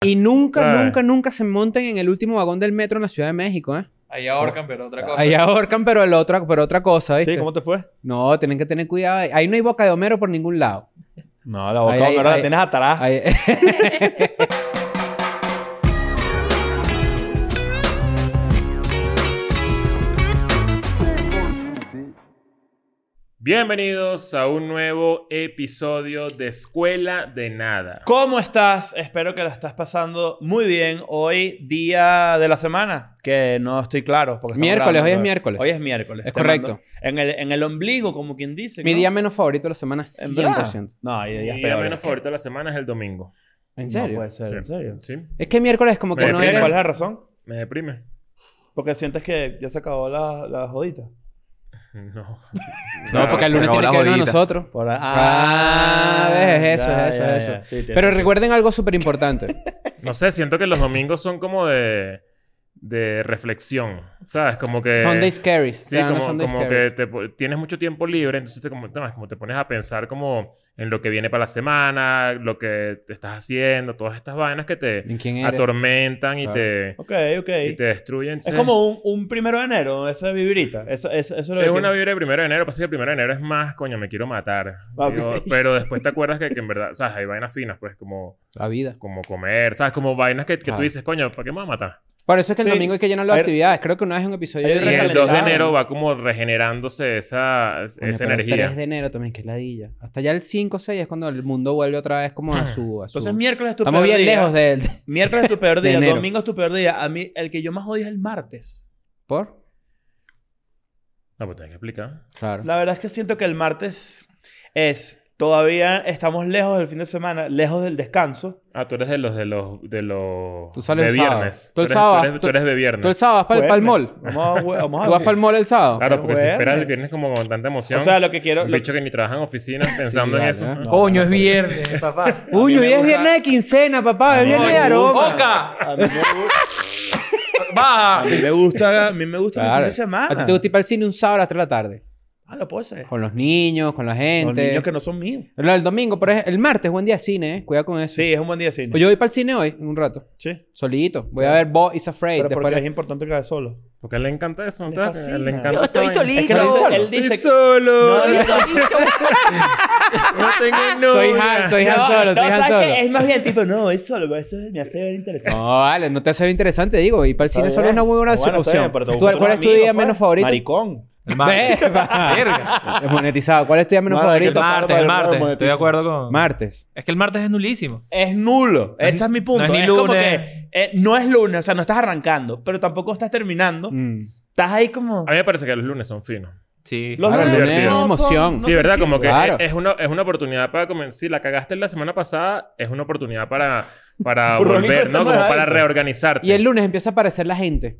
Y nunca se monten en el último vagón del metro en la Ciudad de México, ¿eh? Ahí ahorcan, pero otra cosa. Ahí ahorcan, pero otra cosa, ¿viste? Sí, ¿cómo te fue? No, tienen que tener cuidado. Ahí no hay boca de Homero por ningún lado. No, la boca de Homero la tienes atrás. Bienvenidos a un nuevo episodio de Escuela de Nada. ¿Cómo estás? Espero que la estás pasando muy bien. Hoy, día de la semana, que no estoy claro. Porque Miércoles, hoy es miércoles. Hoy es miércoles. Es correcto. En el ombligo, como quien dice, ¿no? Mi día menos favorito de la semana, ¿En verdad? 100%. No, hay días Mi día peores. menos favorito de la semana es el domingo. ¿En serio? No puede ser, Sí. ¿en serio? ¿Sí? Es que miércoles como que Me no deprime. eres... ¿Cuál es la razón? Me deprime. Porque sientes que ya se acabó la jodita. No. No, porque el lunes acabó tiene la que vernos a jodita. nosotros. ¿Ves? Es eso. Sí, tiene Pero sentido. recuerden algo súper importante. No sé, siento que los domingos son como de reflexión. ¿Sabes? Como que... Sunday Scaries. Sí, como que tienes mucho tiempo libre, entonces como te pones a pensar como en lo que viene para la semana, lo que te estás haciendo, todas estas vainas que te ¿En quién eres? atormentan y te Ok. y te destruyen. Es como un 1 de enero, esa vibrita. Eso es lo que Es una vibra de 1 de enero. Pasa que el 1 de enero es más, coño, me quiero matar. Ok. Digo, pero después te acuerdas que en verdad, ¿sabes? Hay vainas finas, pues, como La vida. comer, ¿sabes? Como vainas que Claro. tú dices, coño, ¿para qué me voy a matar? Por eso es que el Sí. domingo hay que llenarlo de Hay- actividades. Creo que una vez en un episodio... hay yo Y dije- el 2 de recalentado. enero va como regenerándose esa Coño, pero el energía. 3 de enero también, que ladilla. Hasta ya el 5 o 6 es cuando el mundo vuelve otra vez como a su... Entonces, miércoles es tu Estamos peor bien día. lejos de él. Miércoles es tu peor De día. enero. Domingo es tu peor día. A mí, el que yo más odio es el martes. ¿Por? No, pues tienes que explicar. Claro. La verdad es que siento que el martes es... Todavía estamos lejos del fin de semana, lejos del descanso. Ah, tú eres de los Tú sales de el sábado. viernes. Tú el sábado. Tú eres de viernes. ¿Tú el sábado vas para el mall? Vamos a ¿Tú vas para el mall el sábado? Claro, porque si Jueves. esperas el viernes como con tanta emoción. O sea, lo que quiero... Un bicho que ni trabaja en oficina pensando en vale, eso. ¿eh? No. Coño, es viernes, papá. Uy, A mí hoy me es gusta- viernes de quincena, papá. Es viernes de aroma. ¡Boca! A mí me ¡Baja! gusta mi fin Claro. de semana. A ti te gusta ir para el cine un sábado a las 3 de la tarde. Ah, lo puedo hacer. Con los niños, con la Los gente. niños que no son míos. No, el domingo, pero el martes es buen día de cine, ¿eh? Cuidado con eso. Sí, es un buen día de cine. Pues yo voy para el cine hoy, en un rato. Sí. Solito. Voy a ver Bo is Afraid. Pero Después porque es importante que vaya solo. Porque a él le encanta eso. Le ¿sabes? fascina. A él le encanta Yo esa estoy vaina. solito. Es que él dice... Estoy solo. No, no, No tengo Soy novia. Han, soy Han solo, soy Han ¿sabes solo. qué? Es más bien tipo, no, es solo, eso me hace ver interesante. No, vale, no te hace ver interesante, digo. Ir para el cine Está solo es bien. una muy buena Bueno, está opción. bien, pero te ¿Tú- buscas ¿Cuál es otros tu día amigos, menos pues. favorito? Maricón. El martes. Verga. Es monetizado. ¿Cuál es tu día menos No, favorito? que El martes. Monetiza. Estoy de acuerdo con... Martes. Es que el martes es nulísimo. Es nulo. Ese es mi punto. no es ni como lunes. que no es lunes, o sea, no estás arrancando, pero tampoco estás terminando. Mm. Estás ahí como... A mí me parece que los lunes son finos. Sí. Los Claro, lunes el lunes no es son- emoción. no Sí, son ¿verdad? Como que Claro. es una oportunidad para comenzar. Si la cagaste la semana pasada, es una oportunidad para Burrón y volver, cuesta ¿no? Como nueva para esa. reorganizarte. Y el lunes empieza a aparecer la gente.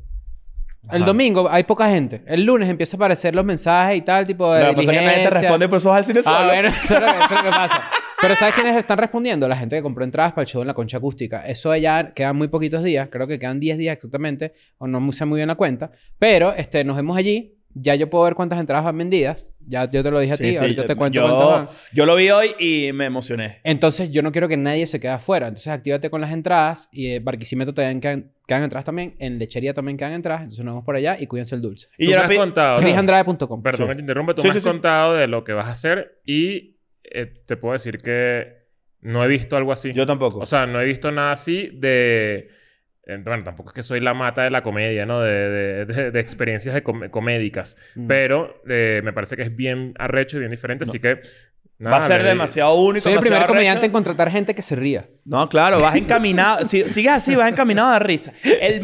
El domingo hay poca gente. El lunes empieza a aparecer los mensajes y tal, tipo de Lo que pasa es que nadie te diligencia. responde, por eso vas al cine solo. Ah, bueno, eso es lo que pasa. Pero ¿sabes quiénes están respondiendo? La gente que compró entradas para el show en la Concha Acústica. Eso ya quedan muy poquitos días. Creo que quedan 10 días exactamente. O no sé muy bien la cuenta. Pero nos vemos allí. Ya yo puedo ver cuántas entradas van vendidas. Ya yo te lo dije a ti. Ahorita te cuento cuántas van. yo lo vi hoy y me emocioné. Entonces, yo no quiero que nadie se quede afuera. Entonces, actívate con las entradas. Y Barquisimeto también quedan entradas también. En Lechería también quedan entradas. Entonces, nos vemos por allá y cuídense el dulce. Y Tú yo me la has pi- contado. ChrisAndrade.com. Perdón Sí. que te interrumpa. Tú Sí, me sí, has sí. contado de lo que vas a hacer y te puedo decir que no he visto algo así. Yo tampoco. O sea, no he visto nada así de... bueno, tampoco es que soy la mata de la comedia, ¿no? De experiencias comédicas. Mm. Pero me parece que es bien arrecho y bien diferente. Así que... va a ser demasiado único. Soy el primer demasiado comediante en arrecho. contratar gente que se ría. No, claro, vas encaminado. Si sigues así, vas encaminado de risa.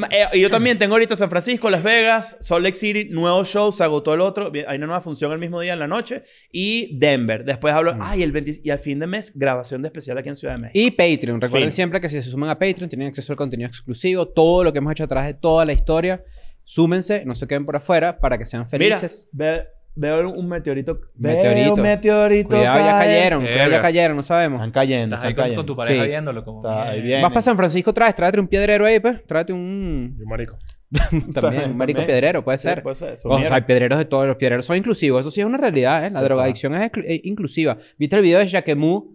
Y yo también tengo ahorita San Francisco, Las Vegas, Salt Lake City, nuevo show, se agotó el otro. Hay una nueva función el mismo día en la noche. Y Denver. Después hablo, y al fin de mes, grabación de especial aquí en Ciudad de México. Y Patreon. Recuerden Fin. siempre que si se suman a Patreon tienen acceso al contenido exclusivo. Todo lo que hemos hecho atrás de toda la historia. Súmense, no se queden por afuera para que sean Mira, felices. veo un meteorito. Meteorito. Veo un meteorito. Cuidado, ya caer. cayeron. Cuidado, ya cayeron. No sabemos. Están cayendo, Estás ahí están con tu cayendo. pareja Sí. viéndolo como... Está ahí bien. Vas para San Francisco, tráete un piedrero ahí, pues. Tráete un... Yo, marico. También, un marico También. piedrero, puede Sí, ser. puede ser. Son O sea, mierda. hay piedreros de todos. Los piedreros son inclusivos. Eso sí es una realidad, ¿eh? La Sí, drogadicción es inclusiva. ¿Viste el video de Jacquemus?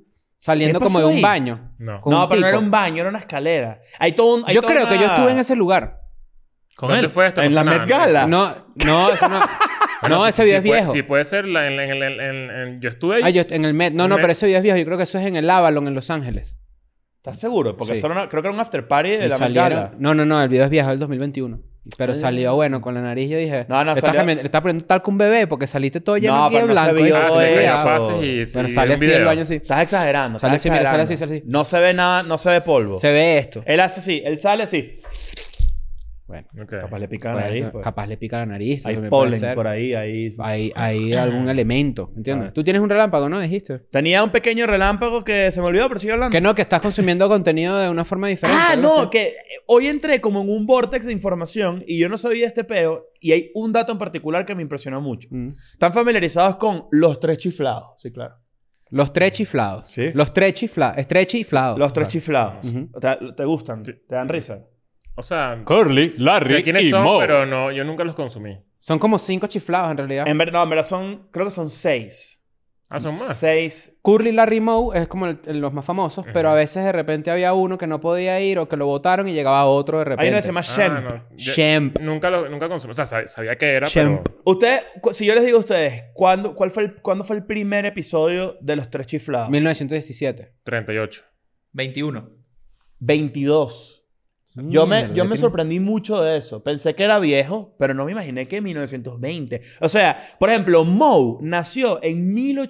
Saliendo ¿Qué como de pasó un ahí? baño. No. Con No, un pero no tipo. era un baño, era una escalera. Hay todo un... hay Yo toda creo que yo una- estuve en ese lugar. Con ¿Dónde él. fue esto? En No la sé Met nada, Gala. No, eso no. Bueno, No, sí- ese video sí es puede- viejo. Sí, puede ser. Yo estuve ahí. Ah, en el Met. No, El no, Met. pero ese video es viejo. Yo creo que eso es en el Avalon, en Los Ángeles. ¿Estás seguro? Porque Sí. eso era creo que era un after party de Y la Met salieron- Gala. No, el video es viejo, del 2021. Pero Ah. salió bueno con la nariz. Yo dije, No, le estás poniendo talco a un bebé porque saliste todo lleno No, aquí de pero no se blanco. vio Ah, todo sí, cayó eso. fases y sí, Bueno, vi sale un así del video. baño así. Estás exagerando. Sale estás así, mira, sale exagerando. así, sale así. No se ve nada, no se ve polvo. Se ve esto. Él hace así, él sale así. Bueno, Ok. Capaz le pica la pues, nariz. Pues. capaz le pica la nariz. Hay eso me puede polen ser. por ahí, ahí. Hay algún elemento, ¿entiendes? Ah. Tú tienes un relámpago, ¿no? Dijiste. Tenía un pequeño relámpago que se me olvidó, pero sigue hablando. Que no, que estás consumiendo contenido de una forma diferente. Ah, algo no, así. que hoy entré como en un vortex de información y yo no sabía este peo y hay un dato en particular que me impresionó mucho. Mm. ¿Están familiarizados con los tres chiflados? Sí, claro. Los tres chiflados. Sí. Los tres chiflados. chiflados. Los tres chiflados. Ujú. ¿Te gustan? Sí. ¿Te dan risa? O sea, Curly, Larry sé quiénes y son, Moe. pero no, yo nunca los consumí. Son como 5 chiflados en realidad. En verdad creo que son 6. Ah, son más. 6. Curly, Larry, Moe es como los más famosos, pero a Ujú. veces de repente había uno que no podía ir o que lo votaron y llegaba otro de repente. Hay uno que se llama Shemp. No. Shemp. Nunca consumí. O sea, sabía que era, Shemp. pero... Usted, si yo les digo a ustedes, ¿cuándo fue el primer episodio de los tres chiflados? 1917. 38. 21. 22. Yo me Mierda, sorprendí mucho de eso. Pensé que era viejo, pero no me imaginé que en 1920. O sea, por ejemplo, Moe nació en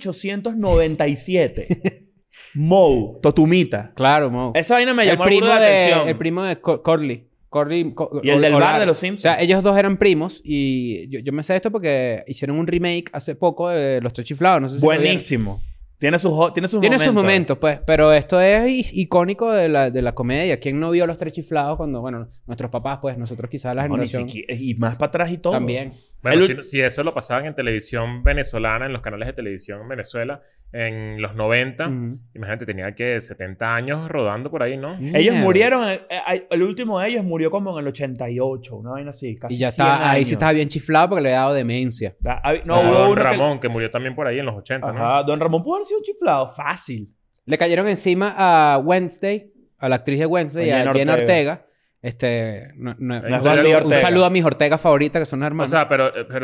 1897. Moe, Totumita. Claro, Moe. Esa vaina me el llamó primo la de, atención. el primo de Curly. Y el del bar Larry. de los Simpsons. O sea, ellos dos eran primos y yo me sé esto porque hicieron un remake hace poco de Los Tres Chiflados. No sé si lo vieron. Buenísimo. Tiene sus Tiene sus momentos, pues. Pero esto es icónico de la comedia. ¿Quién no vio Los Tres Chiflados cuando, bueno, nuestros papás, pues, nosotros quizás la No, ni generación siquiera- y más para atrás y todo. también. Bueno, El- si eso lo pasaban en televisión venezolana, en los canales de televisión en Venezuela, en los 90, Ujú. imagínate, tenía que 70 años rodando por ahí, ¿no? Ellos Mierda. murieron... el último de ellos murió como en el 88. Una vaina así. Casi Y ya 100 está, ahí años. sí estaba bien chiflado porque le había dado demencia. No, Como hubo Don uno que- Ramón, que murió también por ahí en los 80, ¿no? Ajá. Don Ramón pudo haber sido un chiflado. Fácil. Le cayeron encima a Wednesday, a la actriz de Wednesday, A a Jenna Jenna Ortega. Ortega. No No es un, Barbie saludo, un Ortega. saludo a mis Ortega favoritas, que son las O hermanas. sea,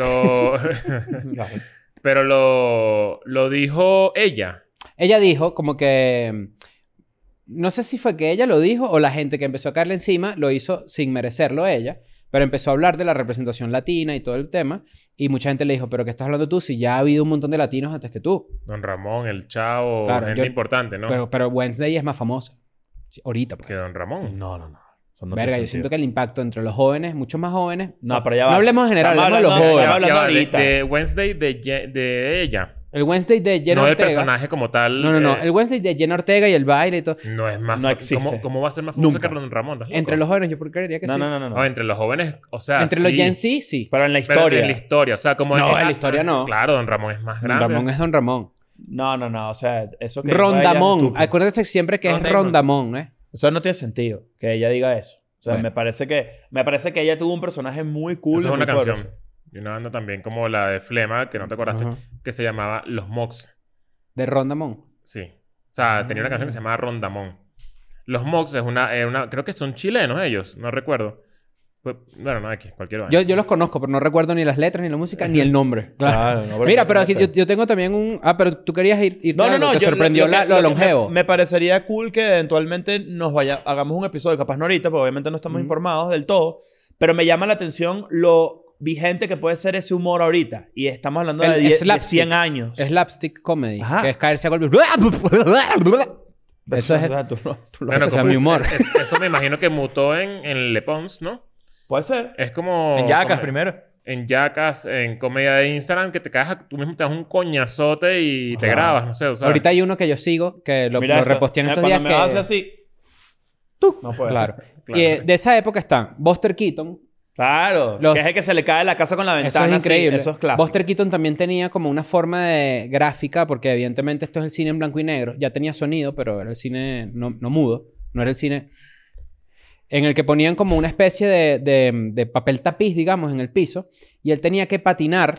pero lo dijo ella. Ella dijo como que... No sé si fue que ella lo dijo o la gente que empezó a caerle encima lo hizo sin merecerlo ella. Pero empezó a hablar de la representación latina y todo el tema. Y mucha gente le dijo, ¿pero qué estás hablando tú si ya ha habido un montón de latinos antes que tú? Don Ramón, el Chavo, Claro, gente importante, ¿no? Pero Wednesday es más famosa. Sí, ahorita, pues. Que Don Ramón. No. Eso no Verga, tiene yo siento sentido. que el impacto entre los jóvenes, muchos más jóvenes... No, pero ya va. No hablemos en general, Estamos hablemos de los hablando- jóvenes. estamos hablando Ya va, ahorita. de Wednesday de ella. El Wednesday de Jenna No del Ortega... personaje como tal. No. El Wednesday de Jenna Ortega y el baile y todo. No es más... No existe. ¿Cómo va a ser más famoso Nunca. que Don Ramón? ¿Estás loco? Entre los jóvenes yo creería que sí. No. No, entre los jóvenes, o sea, Entre los sí. Gen Z, sí. Pero en la Pero historia. en la historia, o sea, como... No, en la historia no. Claro, Don Ramón es más Don grande. Ramón es Don Ramón. No. O sea, eso que dijo ella es Rondamón. estúpido. Acuérdate siempre que es Rondamón. Rondamón, ¿eh? Eso no tiene sentido que ella diga eso. O sea, Bueno. me parece que ella tuvo un personaje muy cool. Esa y es una muy canción. poderoso. Y una banda también como la de Flema, que no te acordaste, Ajá. que se llamaba Los Mox. De Rondamón. Sí. O sea, tenía una canción que se llamaba Rondamón. Los Mox es una... creo que son chilenos ellos, no recuerdo. Pues, bueno, no, aquí, cualquier vaina. Yo los conozco, pero no recuerdo ni las letras, ni la música, ni el nombre. Claro, no, Mira, pero aquí puede ser. yo tengo también un... Ah, pero tú querías ir No. Te yo- sorprendió lo que- lo lo que longevo. Me parecería cool que eventualmente hagamos un episodio, capaz no ahorita, porque obviamente no estamos informados del todo, pero me llama la atención lo vigente que puede ser ese humor ahorita. Y estamos hablando El de 10 de slapstick. 100 años. Slapstick comedy. Ajá. Que es caerse a golpes. Eso es... O sea, tú lo Bueno, ese es mi humor. Eso me imagino que mutó en Le Pons, ¿no? puede ser. Es como... En Yacas como- primero. En Yacas, en comedia de Instagram, que te caes, tú mismo te das un coñazote y te Ajá. grabas, no sé, o sea... Ahorita hay uno que yo sigo, que lo Mira esto. reposteé en estos Cuando días me que... hace así... No puede. Claro. Claro. Y de esa época está Buster Keaton. Claro. Los- Que es el que se le cae la casa con la Eso ventana. es increíble. Así. Eso es clásico. Buster Keaton también tenía como una forma de gráfica, porque evidentemente esto es el cine en blanco y negro. Ya tenía sonido, pero era el cine no mudo. No era el cine... En el que ponían como una especie de papel tapiz, digamos, en el piso. Y él tenía que patinar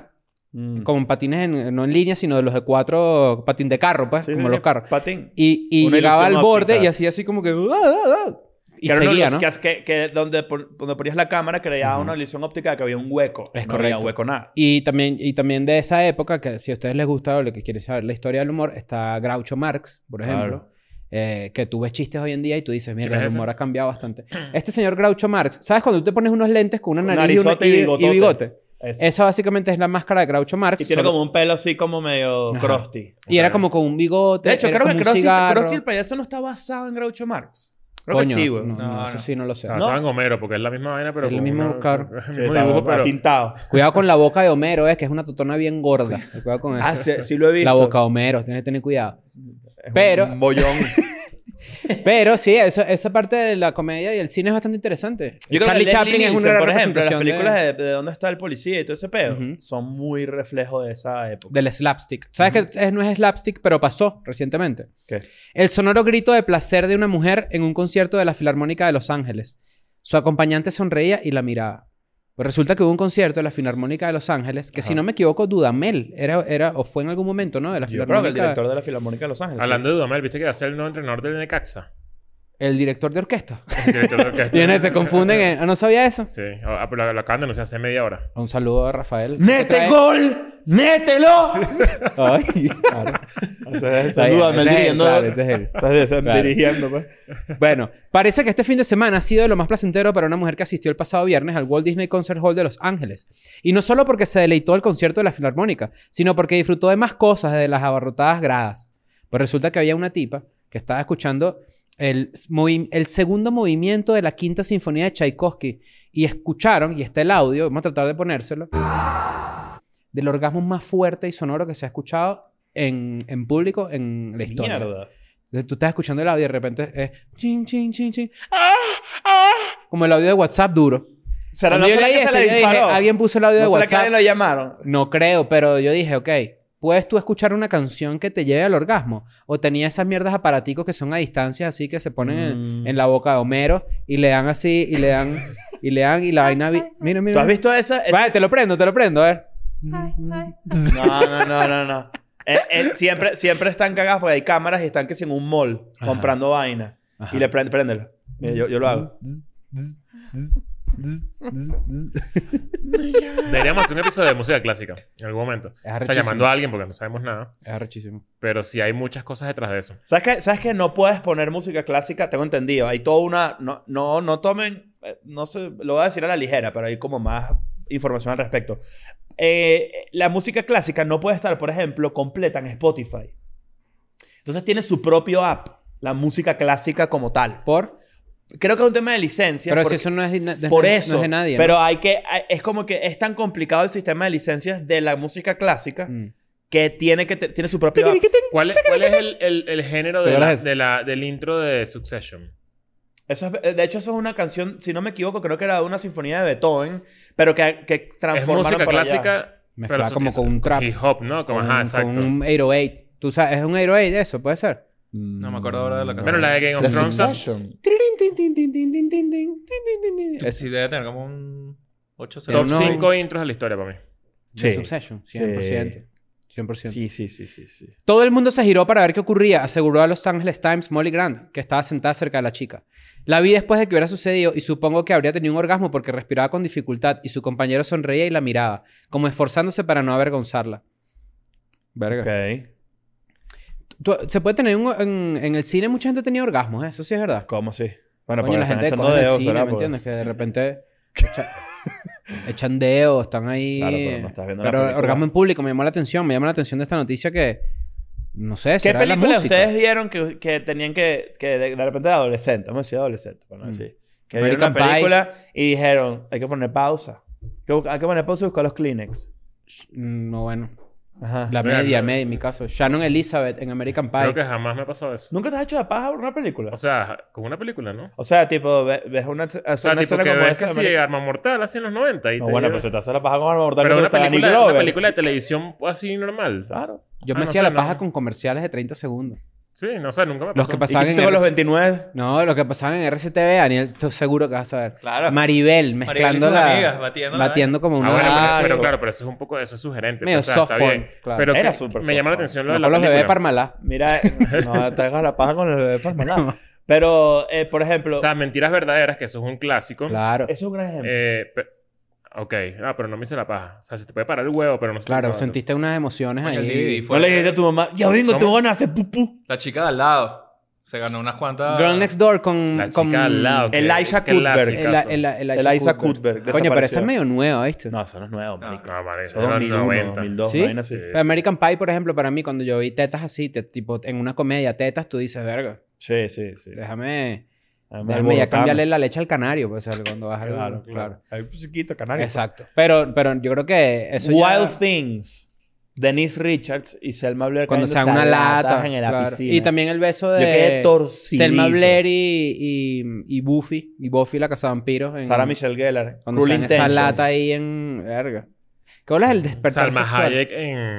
Como en patines, no en línea, sino de los de 4... Patín de carro, pues. Sí, como sí, los sí. carros. Patín. Y Una llegaba al ilusión borde óptica. y hacía así como que... Y Que era uno de seguía, los ¿no? que donde ponías la cámara creaba una ilusión óptica de que había un hueco. Es no había correcto. hueco nada. Y también de esa época, que si a ustedes les gusta o lo que quieren saber la historia del humor, está Groucho Marx, por ejemplo. Que tú ves chistes hoy en día y tú dices, mira, ¿Quién es el ese? humor ha cambiado bastante. Este señor Groucho Marx, ¿sabes cuando tú te pones unos lentes con una Con nariz narizote y, y bigotote. bigote? Eso. Esa básicamente es la máscara de Groucho Marx. Y tiene solo- como un pelo así como medio Ajá. crusty. Y era Ok. como con un bigote. De hecho, era creo que como un cigarro. Krusty el payaso no está basado en Groucho Marx. Creo Coño, que sí, güey. no, No, eso no. sí no lo sé. Ah, ¿No? saben Homero, porque es la misma vaina, pero Es el con mismo, claro. el Sí, mismo está dibujo, pero... pintado. Cuidado con la boca de Homero, que es una totona bien gorda. Cuidado con eso. Ah, sí lo he visto. La boca de Homero, tienes que tener cuidado. Es pero- un bollón. Pero sí, esa parte de la comedia y el cine es bastante interesante. Yo creo Charlie que Chaplin Leslie es una Nielsen, gran por ejemplo, las representación películas de dónde está el policía y todo ese pedo, Ujú. son muy reflejo de esa época. del slapstick. ¿Sabes que no es slapstick, pero pasó recientemente? ¿Qué? El sonoro grito de placer de una mujer en un concierto de la Filarmónica de Los Ángeles. Su acompañante sonreía y la miraba. Pues resulta que hubo un concierto de la Filarmónica de Los Ángeles, que Ajá. si no me equivoco, Dudamel era o fue en algún momento, ¿no? De la Yo creo que Filarmónica. el director de la Filarmónica de Los Ángeles. Hablando de Dudamel, ¿viste que va a ser el nuevo entrenador del Necaxa? El director de orquesta. El director de orquesta. Tiene, se confunden. ¿No sabía eso? Sí. Ah, pero lo acaban de anunciar hace media hora. Un saludo a Rafael. ¡Mete Trae- gol! ¡Mételo! Ay, claro. Ese es Ahí, Dudamel ese es él, dirigiendo. claro, ese es él. Ese es Claro. dirigiendo, pues. Bueno, parece que este fin de semana ha sido de lo más placentero para una mujer que asistió el pasado viernes al Walt Disney Concert Hall de Los Ángeles. Y no solo porque se deleitó al concierto de la Filarmónica, sino porque disfrutó de más cosas desde las abarrotadas gradas. Pues resulta que había una tipa que estaba escuchando el segundo movimiento de la Quinta Sinfonía de Tchaikovsky y escucharon, y está el audio, vamos a tratar de ponérselo, del orgasmo más fuerte y sonoro que se ha escuchado en público en la historia. Mierda. Entonces, tú estás escuchando el audio y de repente es... Chin, chin, chin, chin. Como el audio de WhatsApp duro. ¿Será Cuando no yo será leí que se esto, le yo dije, disparó? alguien puso el audio de ¿No será que WhatsApp. alguien lo llamaron? No creo, pero yo dije, ok, ¿puedes tú escuchar una canción que te lleve al orgasmo? O tenía esas mierdas aparaticos que son a distancia, así que se ponen en la boca de Homero y le dan así, y le dan, y la vaina... Mira, mira. ¿Tú has visto esa? Vale, te lo prendo, a ver. No. Siempre están cagados porque hay cámaras y están que si en un mall Ajá. comprando vaina. Ajá. Y le préndelo. Mira, yo lo hago. Deberíamos hacer un episodio de música clásica en algún momento. O sea, arrechísimo. llamando a alguien porque no sabemos nada. Es arrechísimo. Pero sí hay muchas cosas detrás de eso. ¿Sabes que no puedes poner música clásica? Tengo entendido. Hay toda una... No tomen... No sé, lo voy a decir a la ligera, pero hay como más información al respecto. La música clásica no puede estar, por ejemplo, completa en Spotify. Entonces tiene su propio app. La música clásica como tal. ¿Por? Creo que es un tema de licencias. Pero si porque- eso no es, por no eso. es de nadie, ¿no? Pero es como que es tan complicado el sistema de licencias de la música clásica Mm. que tiene su propio app. ¿Cuál es el género ¿Qué hora es? del intro de Succession? De hecho, eso es una canción, si no me equivoco, creo que era de una sinfonía de Beethoven, pero que Es transformaron música para allá. clásica, Mezclada pero como con un trap. hip hop, ¿no? Como, ajá, exacto. Con un 808. ¿Tú sabes? ¿Es un 808 eso? ¿Puede ser? No me acuerdo ahora de la canción. Bueno, la de Game of The Thrones. Succession. Es Sí, debe tener como un 8 Pero Top no- 5 intros de la historia para mí. The Sí. Succession. 100%. 100%. Sí. Todo el mundo se giró para ver qué ocurría, aseguró a Los Angeles Times Molly Grant, que estaba sentada cerca de la chica. La vi después de que hubiera sucedido y supongo que habría tenido un orgasmo porque respiraba con dificultad y su compañero sonreía y la miraba, como esforzándose para no avergonzarla. Verga. Ok. Se puede tener en el cine mucha gente tenía orgasmos, ¿eh? Eso sí es verdad. ¿Cómo así? Bueno, Coño, porque la están gente echando coge en el dedos, cine, ¿verdad? ¿me Porque- entiendes? Que de repente echan dedos, están ahí. Claro, pero no estás viendo la Pero película. orgasmo en público me llamó la atención. Me llama la atención de esta noticia que... No sé, ¿Qué será la película música. ustedes vieron que tenían que de repente de adolescente, vamos a decir adolescente, para no decir, que vieron American una película y dijeron, hay que poner pausa. Hay que poner pausa y buscar los Kleenex. No, bueno. Ajá. La Vean, media, no. en mi caso. Shannon Elizabeth en American Pie. Creo que jamás me ha pasado eso. ¿Nunca te has hecho de paja por una película? O sea, con una película, ¿no? O sea, tipo, ves una, O sea, una tipo escena que como ves esa. que de sí, American- Arma Mortal así en los 90 y No, te bueno, lleva- pues se te hace la paja con Arma Mortal. Pero no una te gusta Danny película Glover. de televisión así normal. Claro. Yo Ah, me no hacía sé, la paja no. con comerciales de 30 segundos. Sí, no sé, nunca me pasó. Los que ¿Y qué pasaban hiciste en con los RC... 29? No, los que pasaban en RCTV, Daniel, estoy seguro que vas a ver. Claro. Maribel, Maribel y mezclando sus la... amigas, batiendo la batiendo como Ah, una... bueno, Claro. pero claro, pero eso es un poco... Eso es sugerente. Medio o sea, soft está porn, bien. claro. Pero Era que súper me llama la soft atención lo No de la con los bebés película. Parmalat. Mira, no te hagas la paja con el bebé Parmalat. Pero, por ejemplo... O sea, Mentiras Verdaderas, que eso es un clásico. Claro. eso es un gran ejemplo. Ok. Ah, pero no me hice la paja. O sea, se te puede parar el huevo, pero no se Claro, no, sentiste unas emociones Coño, el ahí. DVD fue- no le dijiste a tu mamá, ya vengo, te ¿Cómo? van a hacer pupú. La chica de al lado. Se ganó unas cuantas... Girl Next Door con... La con... chica al lado. que- Elijah que Cuthbert. clasicazo. Eliza Cuthbert. Coño, pero esa desapareció. es medio nueva, ¿viste? No, eso no es nuevo, marico. No, vale. Eso es 2001, 2002, ¿Sí? vaina así. Pero American Pie, por ejemplo, para mí, cuando yo vi tetas así, tipo en una comedia, tetas, tú dices, verga, Sí. déjame ya Alborotame. cambiarle la leche al canario, pues, cuando vas al... Claro. Ahí chiquito, canario. Exacto. Pero yo creo que eso Wild ya... Things. Denise Richards y Selma Blair Cuando se cayéndose dan una a latas lata. en la claro. piscina. Y también el beso de... Yo quedé torcidito. Selma Blair y Buffy. Y Buffy, la cazavampiros. En... Sarah Michelle Gellar. Cuando se dan esa lata ahí en... Verga. ¿Qué hablas del despertar Salma sexual? Hayek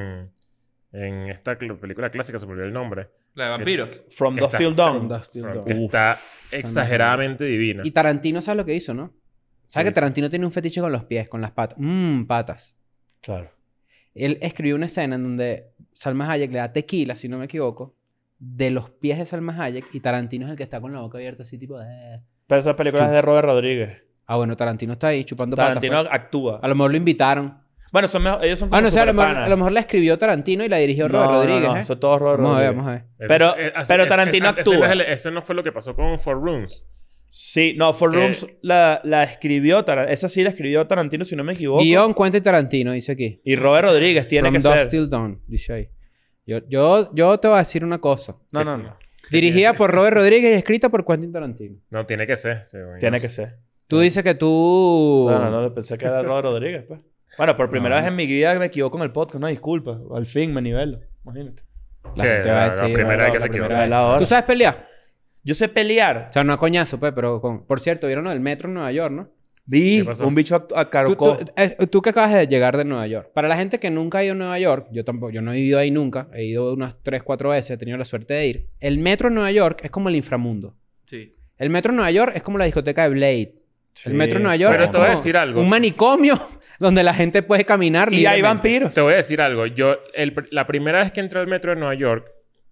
en esta película clásica, se me olvidó el nombre. La de vampiros. From que Dusk está- Till Dawn. From Dusk Till Dawn. Que Uf, está Salma exageradamente divina. Y Tarantino, ¿sabes lo que hizo, no? ¿Sabes ¿Qué que Tarantino tiene un fetiche con los pies, con las patas? Patas. Claro. Él escribió una escena en donde Salma Hayek le da tequila, si no me equivoco, de los pies de Salma Hayek y Tarantino es el que está con la boca abierta así tipo... Pero esa película es de Robert Rodríguez. Ah, bueno, Tarantino está ahí chupando Tarantino patas. Pues. actúa. A lo mejor lo invitaron. Bueno, ellos son como Ah, no sé, a lo superpanas. mejor la escribió Tarantino y la dirigió Robert Rodríguez, No, ¿eh? eso es todo Robert Vamos a ver, Rodríguez. vamos a ver. Eso- Pero Tarantino actúa. Eso no fue lo que pasó con Four Rooms. Sí, no, Four Que- Rooms la escribió Tarantino. Esa sí la escribió Tarantino, si no me equivoco. Guión, cuenta y Tarantino, dice aquí. Y Robert Rodríguez tiene From que Dusk ser. Till Dawn, dice ahí. Yo te voy a decir una cosa. No. Dirigida por Robert Rodríguez y escrita por Quentin Tarantino. No, tiene que ser. Sí, bueno, Tiene no que sé. ser. Tú dices que tú... No, pensé que era Robert Rodríguez, pues. Bueno, por primera vez en mi vida me equivoco con el podcast. No, disculpa. Al fin me nivelo. Imagínate. La gente va a decir, la primera vez que se primera equivoca. vez. La hora. ¿Tú sabes pelear? Yo sé pelear. O sea, no a coñazo, pues, pero con... Por cierto, ¿vieron el metro en Nueva York, no? Vi ¿Qué pasó? un bicho Tú, acarocó. tú que acabas de llegar de Nueva York. Para la gente que nunca ha ido a Nueva York, yo tampoco, yo no he vivido ahí nunca. He ido unas 3, 4 veces, he tenido la suerte de ir. El metro en Nueva York es como el inframundo. Sí. El metro en Nueva York es como la discoteca de Blade. El metro en Nueva York Pero es te voy a como decir algo. un manicomio donde la gente puede caminar Y hay libremente. vampiros. Te voy a decir algo. La primera vez que entré al metro de Nueva York,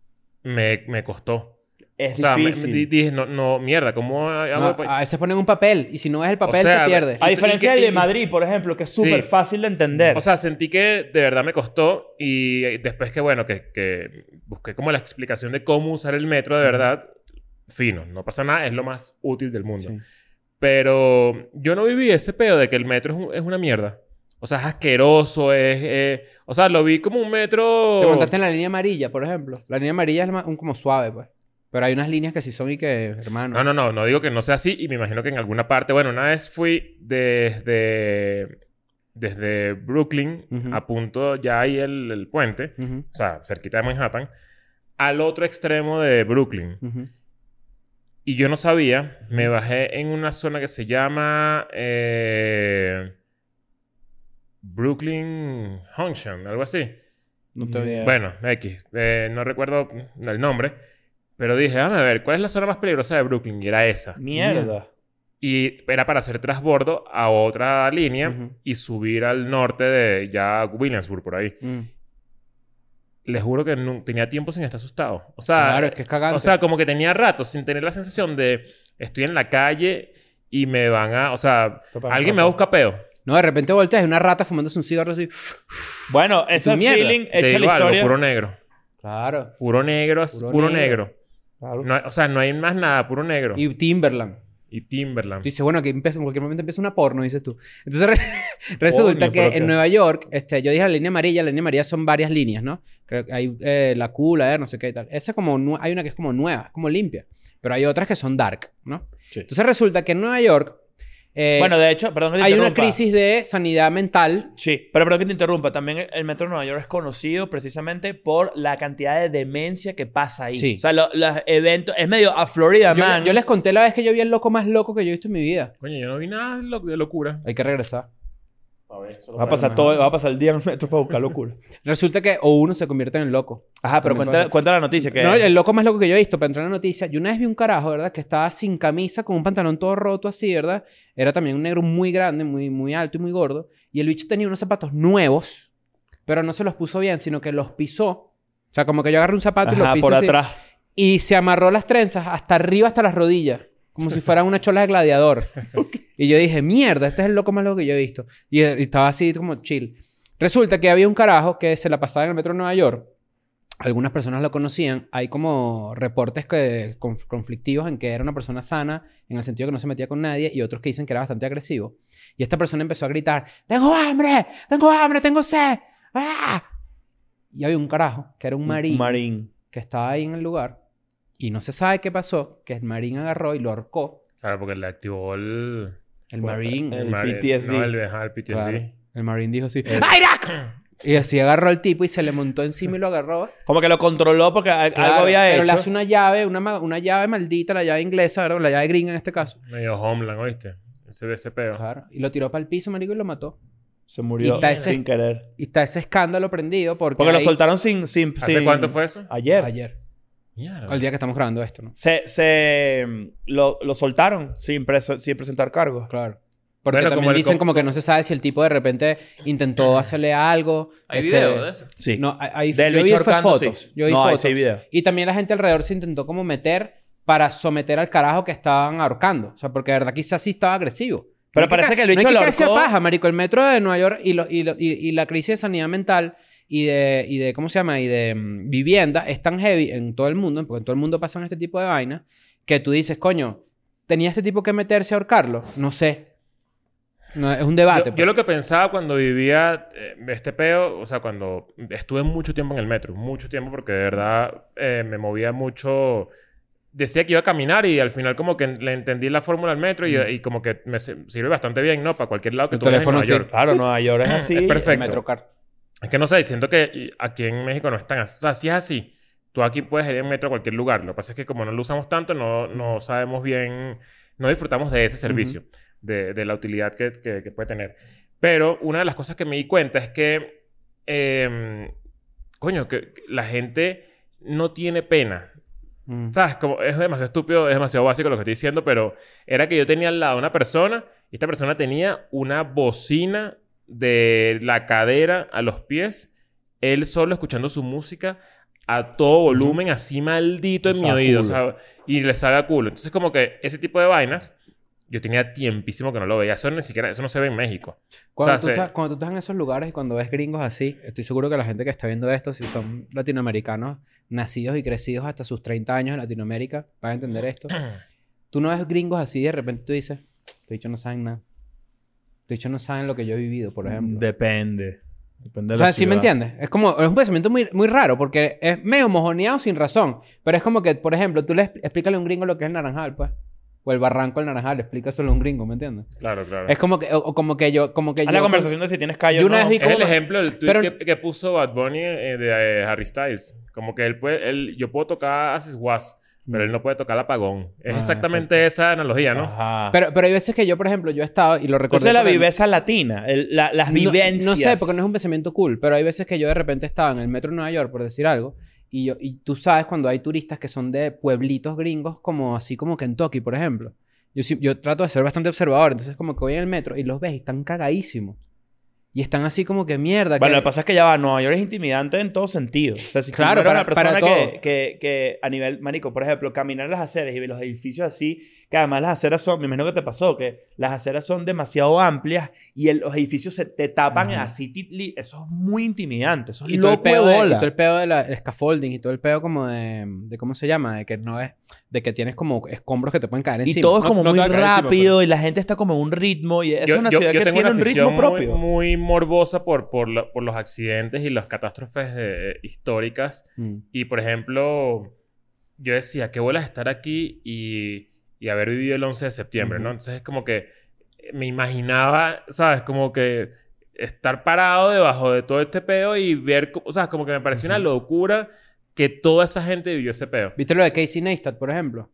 me costó. Es O sea, difícil. dije, no, mierda, ¿cómo hago? No, a veces ponen un papel y si no ves el papel sea, te pierdes. A diferencia y- del de y- Madrid, por ejemplo, que es súper Sí. fácil de entender. O sea, sentí que de verdad me costó y después que, bueno, que busqué como la explicación de cómo usar el metro de verdad, fino, no pasa nada, es lo más útil del mundo. Sí. Pero yo no viví ese pedo de que el metro es una mierda. O sea, es asqueroso, o sea, lo vi como un metro... Te montaste en la línea amarilla, por ejemplo. La línea amarilla es como suave, pues. Pero hay unas líneas que sí son y que, hermano. No digo que no sea así y me imagino que en alguna parte... Bueno, una vez fui desde Brooklyn, Ujú. a punto ya ahí el puente, Ujú, o sea, cerquita de Manhattan, al otro extremo de Brooklyn. ujú. Y yo no sabía, me bajé en una zona que se llama Brooklyn Junction, algo así. No te Ni vi. idea. Bueno, X, no recuerdo el nombre, pero dije, dame a ver, ¿cuál es la zona más peligrosa de Brooklyn? Y era esa. Mierda. Y era para hacer transbordo a otra línea Ujú. y subir al norte de ya Williamsburg, por ahí. Mm. Les juro que tenía tiempo sin estar asustado. O sea, Claro, es que es cagante. o sea, como que tenía rato sin tener la sensación de estoy en la calle y me van a... O sea, Topa, alguien me busca peo. No, de repente volteas y una rata fumándose un cigarro así. Bueno, ese tu mierda. feeling Te echa digo la algo, historia. puro negro. Claro. Puro negro, Puro puro negro. negro. Claro. No, o sea, no hay más nada, puro negro. Y Timberland. Y Timberland. Tú dices, bueno, que en cualquier momento empieza una porno, dices tú. Entonces resulta Coño, que pero en qué- Nueva York, yo dije la línea amarilla son varias líneas, ¿no? Creo que hay la Q, la R, no sé qué y tal. Esa como hay una que es como nueva, es como limpia. Pero hay otras que son dark, ¿no? Sí. Entonces resulta que en Nueva York Bueno, de hecho, perdón que te hay una interrumpa. crisis de sanidad mental. Sí, pero perdón que te interrumpa. También el metro de Nueva York es conocido precisamente por la cantidad de demencia que pasa ahí. Sí. O sea, los eventos... Es medio a Florida, man. Yo les conté la vez que yo vi el loco más loco que yo he visto en mi vida. Coño, yo no vi nada de locura. Hay que regresar. A ver, solo Va a para- pasar todo, va a pasar el día en el metro para buscar locura. Resulta que o uno se convierte en el loco. Ajá, pero También cuenta, pasa. cuenta la noticia que... No, el loco más loco que yo he visto para entrar en la noticia. Yo una vez vi un carajo, ¿verdad? Que estaba sin camisa, con un pantalón todo roto así, ¿verdad? Era también un negro muy grande, muy alto y muy gordo. Y el bicho tenía unos zapatos nuevos, pero no se los puso bien, sino que los pisó. O sea, como que yo agarré un zapato y lo Ajá, pisé por así. atrás. Y se amarró las trenzas hasta arriba, hasta las rodillas. Como si fueran una chola de gladiador. Y yo dije, mierda, este es el loco más loco que yo he visto. Y estaba así como chill. Resulta que había un carajo que se la pasaba en el metro de Nueva York. Algunas personas lo conocían. Hay como reportes conflictivos en que era una persona sana, en el sentido que no se metía con nadie, y otros que dicen que era bastante agresivo. Y esta persona empezó a gritar, ¡Tengo hambre! ¡Tengo hambre! ¡Tengo sed! ¡Ah! Y había un carajo, que era un marín, Marín. que estaba ahí en el lugar. Y no se sabe qué pasó, que el marín agarró y lo ahorcó. Claro, porque le activó el... El marín. el mar- PTSD. No, el PTSD. Claro. El marín dijo así, ¡Irak! Y así agarró al tipo y se le montó encima y lo agarró. Como que lo controló porque algo Claro, había pero hecho. le hace una llave, una llave maldita, la llave inglesa, ¿verdad? La llave gringa en este caso. Medio Homeland, ¿oíste? Ese peo. Claro. Y lo tiró para el piso, marico, y lo mató. Se murió Y está ese- sin querer. Y está ese escándalo prendido porque Porque lo ahí- soltaron sin... ¿Hace cuánto fue eso? Ayer. Ayer. Mierda. El día que estamos grabando esto, ¿no? Lo soltaron sin presentar cargos. Claro. Porque Bueno, también como el dicen com- como que no se sabe si el tipo de repente intentó hacerle algo. Hay video de eso. Sí. No, hay Del yo vi bicho fue ahorcando, fotos. sí. Yo vi No, hay fotos. sí video. Y también la gente alrededor se intentó como meter para someter al carajo que estaban ahorcando. O sea, porque de verdad quizás sí estaba agresivo. Pero No hay parece que el no bicho hay lo que caerse a ahorcó. paja, marico. El metro de Nueva York y la crisis de sanidad mental y de ¿cómo se llama? Y de vivienda es tan heavy en todo el mundo, porque en todo el mundo pasan este tipo de vainas, que tú dices, coño, ¿tenía este tipo que meterse a ahorcarlo? No sé. No, es un debate. Yo lo que pensaba cuando vivía este peo, o sea, cuando estuve mucho tiempo en el metro, mucho tiempo, porque de verdad me movía mucho. Decía que iba a caminar y al final como que le entendí la fórmula al metro y como que me sirve bastante bien, ¿no? Para cualquier lado que El tú vayas en teléfono Nueva sí. York. Claro, Nueva York es así. Es perfecto. El Metrocar. Es que no sé, siento que aquí en México no es tan así. O sea, si es así, tú aquí puedes ir en metro a cualquier lugar. Lo que pasa es que como no lo usamos tanto, no sabemos bien, no disfrutamos de ese servicio, de la utilidad que puede tener. Pero una de las cosas que me di cuenta es que, coño, que la gente no tiene pena. ¿Sabes? Como es demasiado estúpido, es demasiado básico lo que estoy diciendo, pero era que yo tenía al lado una persona y esta persona tenía una bocina de la cadera a los pies, él solo escuchando su música a todo volumen, así maldito en mi Sabe oído, culo. ¿sabes? Y le sabe a culo. Entonces, como que ese tipo de vainas, yo tenía tiempísimo que no lo veía. Eso ni siquiera, eso no se ve en México. Cuando, O sea, tú estás, cuando tú estás en esos lugares y cuando ves gringos así, estoy seguro que la gente que está viendo esto, si son latinoamericanos, nacidos y crecidos hasta sus 30 años en Latinoamérica, van a entender esto. Tú no ves gringos así y de repente tú dices, estos bichos no saben nada. Estos bichos no saben lo que yo he vivido, por ejemplo. Depende. Depende O de sea, la ¿sí me ciudad. entiendes? Es como... Es un pensamiento muy, muy raro porque es medio mojoneado sin razón. Pero es como que, por ejemplo, tú le explícale a un gringo lo que es el naranjal, pues. O el barranco del naranjal. Explícaselo a un gringo, ¿me entiendes? Claro, claro. Es como que... O como que yo... Haz la conversación de si tienes calle Yo o una no. vez vi Es el como- ejemplo del tweet pero- que puso Bad Bunny de Harry Styles. Como que yo puedo tocar As It Was, pero él no puede tocar el apagón. Es Ah, exactamente esa analogía, ¿no? Ajá. Pero hay veces que yo, por ejemplo, yo he estado y lo recuerdo... Entonces la por ejemplo, viveza latina. Las vivencias. No sé, porque no es un pensamiento cool, pero hay veces que yo de repente estaba en el metro de Nueva York, por decir algo, y tú sabes cuando hay turistas que son de pueblitos gringos, como así como Kentucky, por ejemplo. Yo trato de ser bastante observador, entonces como que voy en el metro y los ves y están cagadísimos. Y están así como que mierda. Bueno, que... lo que pasa es que ya va. Nueva York es intimidante en todo sentido. O sea, si Claro, tú eres una para persona todo. que a nivel... Marico, por ejemplo, caminar las aceras y ver los edificios así... Que además las aceras son... Me imagino que te pasó. Que las aceras son demasiado amplias y los edificios se te tapan así. Eso es muy intimidante. Eso es Y todo, el loco de pedo bola. y todo el pedo del scaffolding y todo el pedo como de ¿cómo se llama? De que no es... De que tienes como escombros que te pueden caer Y encima. todo es No- como no te muy va a caer encima, rápido y la gente está como en un ritmo. Y es una ciudad que tengo tiene una un ritmo afición propio. muy morbosa por los accidentes y las catástrofes históricas. pero- Y, por ejemplo, yo decía, qué bolas estar aquí y haber vivido el 11 de septiembre, ¿no? Entonces es como que me imaginaba, ¿sabes? Como que estar parado debajo de todo este peo y ver... O sea, como que me pareció una locura que toda esa gente vivió ese peo. ¿Viste lo de Casey Neistat, por ejemplo?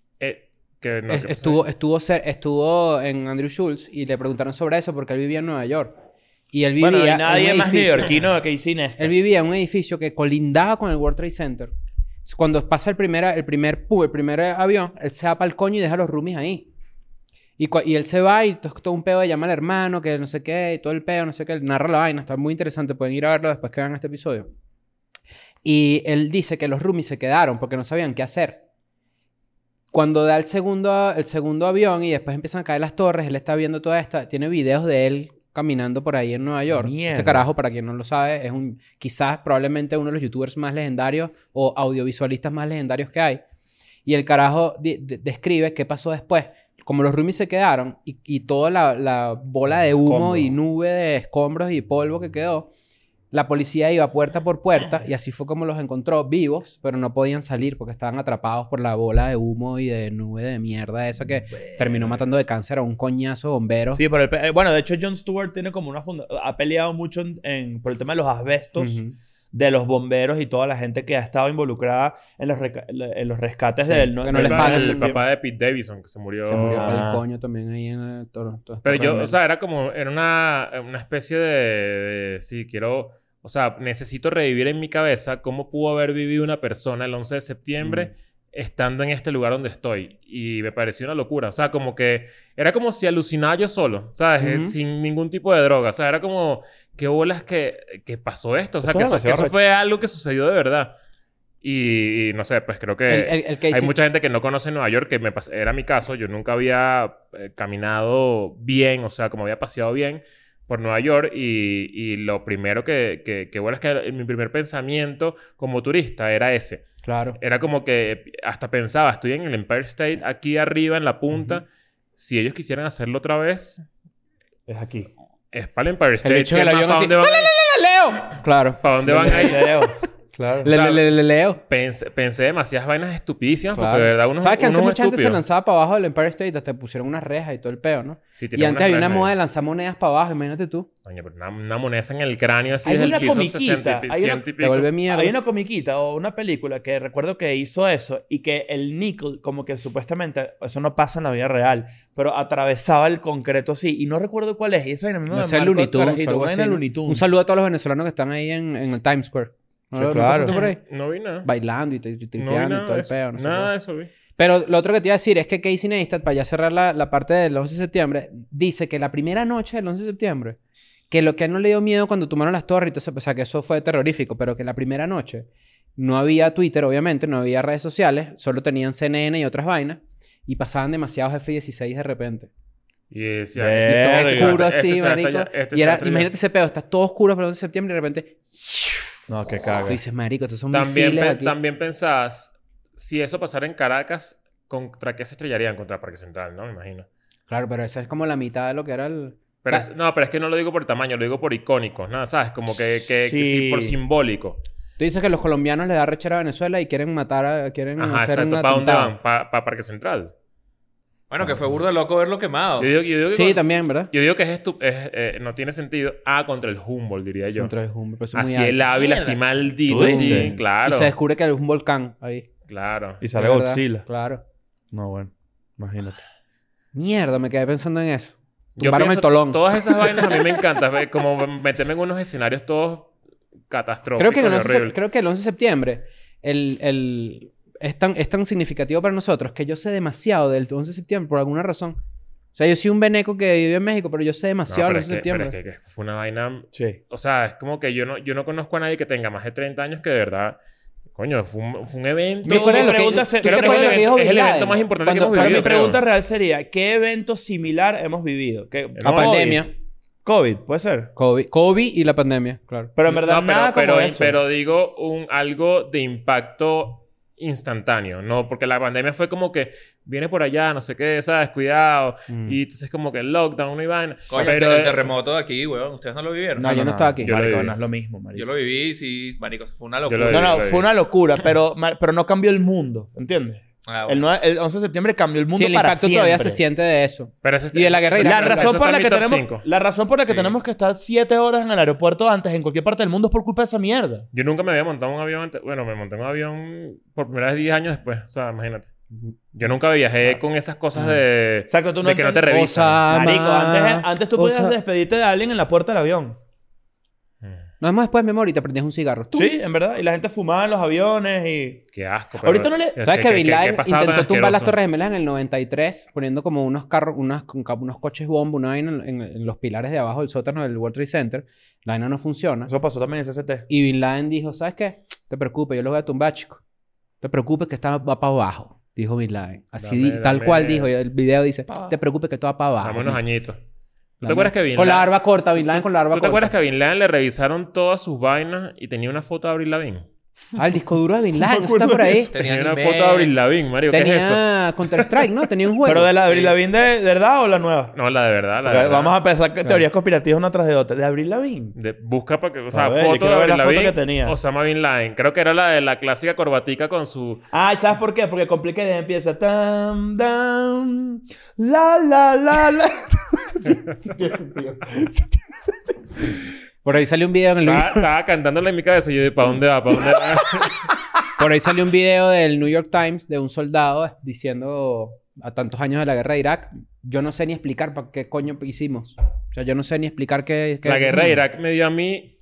Que no, Estuvo en Andrew Schultz y le preguntaron sobre eso porque él vivía en Nueva York. Y él vivía Bueno, no hay en nadie un más edificio- neoyorquino que Casey Neistat. Él vivía en un edificio que colindaba con el World Trade Center. Cuando pasa el primer avión, él se va para el coño y deja a los roomies ahí. Y él se va y todo un pedo de llama al hermano, que no sé qué, y todo el pedo, no sé qué. Él narra la vaina, está muy interesante. Pueden ir a verlo después que vean este episodio. Y él dice que los roomies se quedaron porque no sabían qué hacer. Cuando da el segundo avión y después empiezan a caer las torres, él está viendo toda esta... Tiene videos de él caminando por ahí en Nueva York. Mierda. Este carajo, para quien no lo sabe, es quizás probablemente uno de los youtubers más legendarios o audiovisualistas más legendarios que hay. Y el carajo describe qué pasó después. Como los roomies se quedaron y toda la bola de humo Escombros. y nube de escombros y polvo que quedó, la policía iba puerta por puerta y así fue como los encontró vivos, pero no podían salir porque estaban atrapados por la bola de humo y de nube de mierda esa que terminó matando de cáncer a un coñazo de bomberos. Sí, bueno, de hecho Jon Stewart tiene como ha peleado mucho por el tema de los asbestos Ujú. de los bomberos y toda la gente que ha estado involucrada en los rescates Sí, del que no del les pagan. El 9/11. papá de Pete Davidson que se murió. Se murió Ah. para el coño también ahí en el Pero yo, o sea, era una especie de sí, o sea, necesito revivir en mi cabeza cómo pudo haber vivido una persona el 11 de septiembre estando en este lugar donde estoy. Y me pareció una locura. O sea, como que era como si alucinaba yo solo, ¿sabes? Ujú. Sin ningún tipo de droga. O sea, era como, qué bolas que pasó esto. O sea, Eso que es eso demasiado fue algo que sucedió de verdad. Y no sé, pues creo que El Casey- hay mucha gente que no conoce Nueva York, que era mi caso. Yo nunca había caminado bien, o sea, como había paseado bien por Nueva York. Y lo primero que bueno es que mi primer pensamiento como turista era ese. Claro. Era como que hasta pensaba, estoy en el Empire State, aquí arriba en la punta. Ujú. Si ellos quisieran hacerlo otra vez, Es aquí. es para el Empire State. hecho del ¿Qué más? avión ¿Para así, dónde van a ir? ¡Leo! Claro. ¿Para dónde van a ir? Claro. O sea, Leo. Pensé demasiadas vainas estupidísimas Claro. porque de verdad uno ¿Sabes que antes es mucha gente se estúpido. lanzaba para abajo del Empire State? Hasta pusieron unas rejas y todo el peo, ¿no? Sí, Y tiene antes había una rejas moda ahí. de lanzar monedas para abajo, imagínate tú. Coño, pero una moneda en el cráneo así Hay desde una el piso comiquita, 60 y hay una- 100 y Te pico. vuelve mierda. Hay una comiquita o una película que recuerdo que hizo eso y que el níquel, como que supuestamente, eso no pasa en la vida real, pero atravesaba el concreto así. Y no recuerdo cuál es. Y esa vaina a mí me No sé, marcó Looney el Tunes, carajito, algo una así, vaina ¿no? Looney Tunes. Un saludo a todos los venezolanos que están ahí en el Times Square. ¿No Sí, lo claro. pasaste por ahí? No vi nada. Bailando y No vi tripeando nada y todo de el eso. peo. No sé Nada qué. de eso vi. Pero lo otro que te iba a decir es que Casey Neistat, para ya cerrar la parte del 11 de septiembre, dice que la primera noche del 11 de septiembre, que lo que a él no le dio miedo cuando tomaron las torres y todo eso, o sea, que eso fue terrorífico, pero que la primera noche no había Twitter, obviamente, no había redes sociales, solo tenían CNN y otras vainas, y pasaban demasiados F-16 de repente. Y decía, Verga. Y todo oscuro así, se va a marico. estallar, este Y se va a era, estrellar. imagínate ese pedo, está todo oscuro para el 11 de septiembre y de repente... No, qué Tú caga. dices, marico, estos son También, misiles aquí. también pensabas, si eso pasara en Caracas, ¿contra qué se estrellarían? Contra Parque Central, ¿no? Me imagino. Claro, pero esa es como la mitad de lo que era el... Pero O sea, pero es que no lo digo por tamaño, lo digo por icónicos, ¿no? ¿Sabes? Como que Sí. sí, por simbólico. Tú dices que los colombianos les da rechera a Venezuela y quieren matar quieren Ajá, hacer un exacto. ¿Para dónde atentado. van? ¿Para Parque Central? Bueno, que fue burda de loco verlo quemado. Yo digo Sí, que, también, ¿verdad? yo digo que no tiene sentido. Contra el Humboldt, diría yo. Contra el Humboldt, pero eso es muy Así el alto. Ávila, Mierda. así maldito. ¿Tú Sí, dices? claro. Y se descubre que es un volcán ahí. Claro. Y sale De verdad. Godzilla. Claro. No, bueno. Imagínate. Mierda, me quedé pensando en eso. Yo Tumbaron el pienso, tolón. todas esas vainas a mí me encantan. Como meterme en unos escenarios todos catastróficos Creo que, y horribles. creo que el 11 de septiembre es tan significativo para nosotros que yo sé demasiado del 11 de septiembre por alguna razón. O sea, yo soy un veneco que vive en México, pero yo sé No, demasiado pero del es 11 de que, pero septiembre. es que fue una vaina... Sí. O sea, es como que yo no conozco a nadie que tenga más de 30 años que de verdad... Coño, fue un evento... Mi acuerdas lo que- pregunta ¿tú se- te creo que acuerdas es lo el- que dijo es el Bin evento Laden? más importante Cuando- que hemos Pero vivido, mi pregunta creo. real sería, ¿qué evento similar hemos vivido? ¿Qué? La pandemia. COVID, puede ser. COVID y la pandemia, claro. Pero en verdad No, nada como eso. pero digo algo de impacto instantáneo, ¿no? Porque la pandemia fue como que viene por allá, no sé qué, ¿sabes? Cuidado. Mm. Y entonces como que el lockdown, no iban... Coño, pero, el terremoto de aquí, weón. Ustedes no lo vivieron. No, yo no estaba aquí. Yo lo Marico, viví. no es lo mismo, marico. Yo lo viví, sí, marico. Fue una lo locura. viví. No, no, lo fue una locura, pero no cambió el mundo, ¿entiendes? Ah, El, bueno. 11 de septiembre cambió el mundo Sí, el para impacto siempre. todavía se siente de eso. Pero ese Y de la guerra de La Irak. razón, por la, que tenemos, 5. la razón por la que Sí. tenemos que estar 7 horas en el aeropuerto antes en cualquier parte del mundo es por culpa de esa mierda. Yo nunca me había montado en un avión antes. Bueno, me monté en un avión por primera vez 10 años después. O sea, imagínate. Yo nunca viajé con esas cosas de... Exacto, tú no de que no te entiendes. revisan. Marico, antes tú podías Osa- despedirte de alguien en la puerta del avión. Nos vemos después, mi amor, y te prendías un cigarro. ¡Tum! Sí, en verdad. Y la gente fumaba en los aviones y... Qué asco. Ahorita no le- ¿Sabes que Bin Laden pasado tan intentó tumbar las asqueroso? Torres Gemelas en el 93 poniendo como unos carros, unos coches bomba, una vaina en los pilares de abajo del sótano del World Trade Center? La vaina no funciona. Eso pasó también en CCT. Y Bin Laden dijo, ¿sabes qué? Te preocupes, yo los voy a tumbar, chico. Te preocupes que está va para abajo, dijo Bin Laden. Así, tal cual dijo. Y el video dice, te preocupes que todo va para abajo. Dame unos añitos. ¿Tú te Dame- acuerdas que Bin Con la Laden... barba corta, Bin Laden con la barba ¿Tú te corta. acuerdas que a Bin Laden le revisaron todas sus vainas y tenía una foto de Avril Lavigne? Ah, el disco duro de Bin Laden, me eso está acuerdo por de ahí. eso. Tenía una anime. foto de Avril Lavigne, Mario. ¿Qué es eso? Tenía Counter-Strike, ¿no? Tenía un juego. ¿Pero de la Avril Lavigne de verdad o la nueva? No, la de verdad, la de Porque verdad. vamos a pensar que teorías conspirativas una tras de otra. ¿De Avril Lavigne? Busca para que... O sea, A ver, yo foto de quiero ver Avril la foto Lavigne, que tenía. Osama Bin Laden. Creo que era la de la clásica corbatica con su... Ah, ¿sabes por qué? Porque Complicated empieza... Tam, tam, la, la, la, la. Sí, tiene sentido. Sí, Por ahí salió un video en el Estaba cantándola en mi cabeza y yo, ¿para dónde va? ¿Para dónde va? Por ahí salió un video del New York Times de un soldado diciendo a tantos años de la guerra de Irak, yo no sé ni explicar para qué coño hicimos. O sea, yo no sé ni explicar qué... La guerra de Irak me dio a mí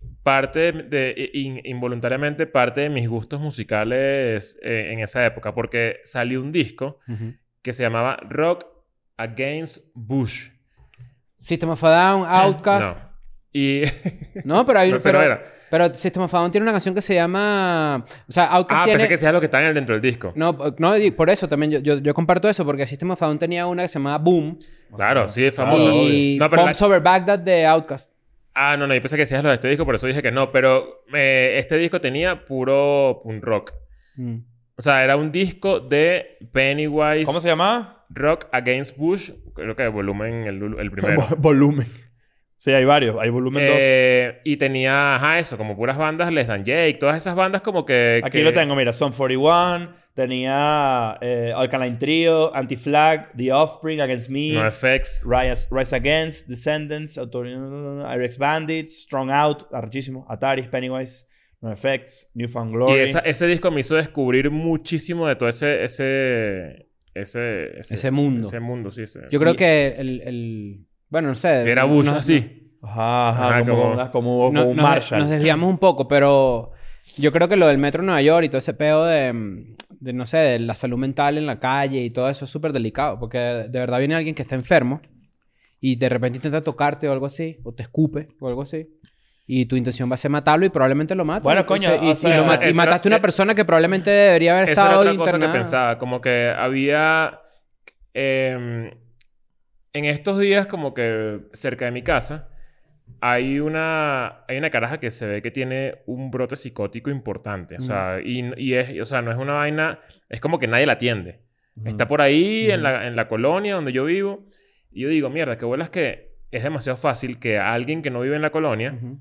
involuntariamente parte de mis gustos musicales en esa época. Porque salió un disco Ujú. que se llamaba Rock Against Bush. System of a Down, Outkast. No. Y... No, pero hay... No, ese no era. Pero System of a Down tiene una canción que se llama... O sea, Outkast tiene... pensé que sea lo que está dentro del disco. No, por eso también yo comparto eso, porque System of a Down tenía una que se llamaba Boom. Claro, sí, es famosa. Y No, pero Bombs Over Baghdad de Outkast. Ah, no, yo pensé que decías lo de este disco, por eso dije que no. Pero este disco tenía puro punk rock. Mm. O sea, era un disco de Pennywise. ¿Cómo se llamaba? Rock Against Bush. Creo que volumen el primero. Volumen. Sí, hay varios. Hay volumen 2. Y tenía, eso, como puras bandas, Les Dan Jake, todas esas bandas como que... Aquí lo tengo, mira. Sum 41. Tenía Alkaline Trio, Anti-Flag, The Offspring, Against Me, NoFX. Rise Against, Descendants, IRX Bandits, Strong Out, arrechísimo, Atari, Pennywise, NoFX, Newfound Y Glory. ese disco me hizo descubrir muchísimo de todo ese mundo. Ese mundo, sí. Yo creo que bueno, no sé. Era Bush así. Ajá, como un nos Marshall. desviamos un poco, pero yo creo que lo del metro de Nueva York y todo ese pedo de no sé, de la salud mental en la calle y todo eso es súper delicado. Porque de verdad viene alguien que está enfermo y de repente intenta tocarte o algo así, o te escupe o algo así. Y tu intención va a ser matarlo y probablemente lo mates. Bueno, coño, y mataste a una persona que probablemente debería haber Esa era estado otra cosa que internada. pensaba. Como que había... en estos días, como que cerca de mi casa, hay una caraja que se ve que tiene un brote psicótico importante. O sea, o sea, no es una vaina... Es como que nadie la atiende. Está por ahí en la colonia donde yo vivo. Y yo digo, mierda, qué bolas que es demasiado fácil que a alguien que no vive en la colonia, Ujú.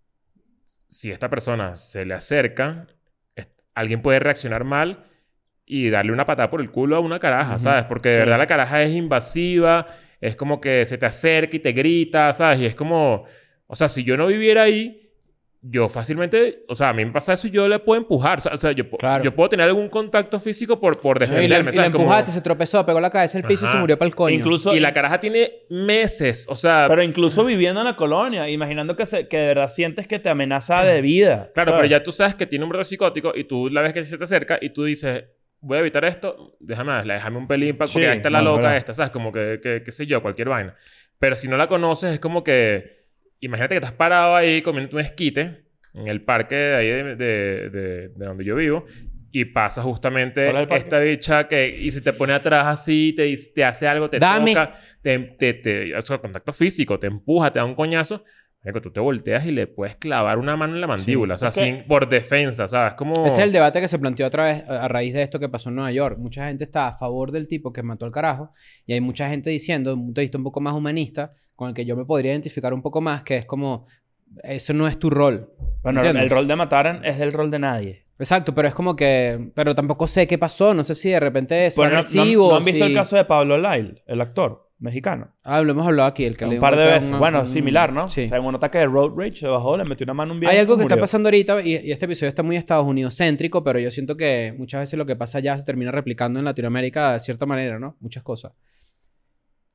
si esta persona se le acerca, alguien puede reaccionar mal y darle una patada por el culo a una caraja, ¿sabes? Porque de verdad la caraja es invasiva, es como que se te acerca y te grita, ¿sabes? Y es como... O sea, si yo no viviera ahí, yo fácilmente... O sea, a mí me pasa eso y yo le puedo empujar. O sea, yo puedo tener algún contacto físico por defenderme, Y le ¿sabes? Como- empujaste, se tropezó, pegó la cabeza en el piso y Ajá. se murió para el coño. Incluso, Y la caraja tiene meses, o sea... pero incluso viviendo en la colonia, imaginando que de verdad sientes que te amenaza de vida. Claro, ¿sabes? pero ya tú sabes que tiene un brote psicótico y tú la ves que se te acerca y tú dices, voy a evitar esto, déjame un pelín porque Sí, ahí está la no, loca verdad. esta, ¿sabes? Como que qué sé yo, cualquier vaina. Pero si no la conoces, es como que... Imagínate que estás parado ahí comiendo un esquite en el parque de ahí de donde yo vivo y pasa justamente ¿Cuál es el parque? esta bicha y se te pone atrás así, te hace algo, te Dame. toca, o sea, contacto físico, te empuja, te da un coñazo. Marico, tú te volteas y le puedes clavar una mano en la mandíbula. Sí. O sea, Es que- por defensa, ¿sabes? Como... Ese es el debate que se planteó otra vez a raíz de esto que pasó en Nueva York. Mucha gente está a favor del tipo que mató al carajo y hay mucha gente diciendo, de un punto de vista un poco más humanista, con el que yo me podría identificar un poco más, que es como, eso no es tu rol. Bueno, ¿Entiendes? el rol de matar es el rol de nadie. Exacto, pero es como que... Pero tampoco sé qué pasó. No sé si de repente fue Bueno, agresivo. ¿no han visto si- el caso de Pablo Lyle, el actor mexicano? Ah, lo hemos hablado aquí. El que Un le par de golpea veces. una- Bueno, similar, ¿no? Sí. O sea, en un ataque de road rage se bajó, le metió una mano a un viejo Hay y algo se que está murió. pasando ahorita y este episodio está muy Estados Unidos céntrico, pero yo siento que muchas veces lo que pasa allá se termina replicando en Latinoamérica de cierta manera, ¿no? Muchas cosas.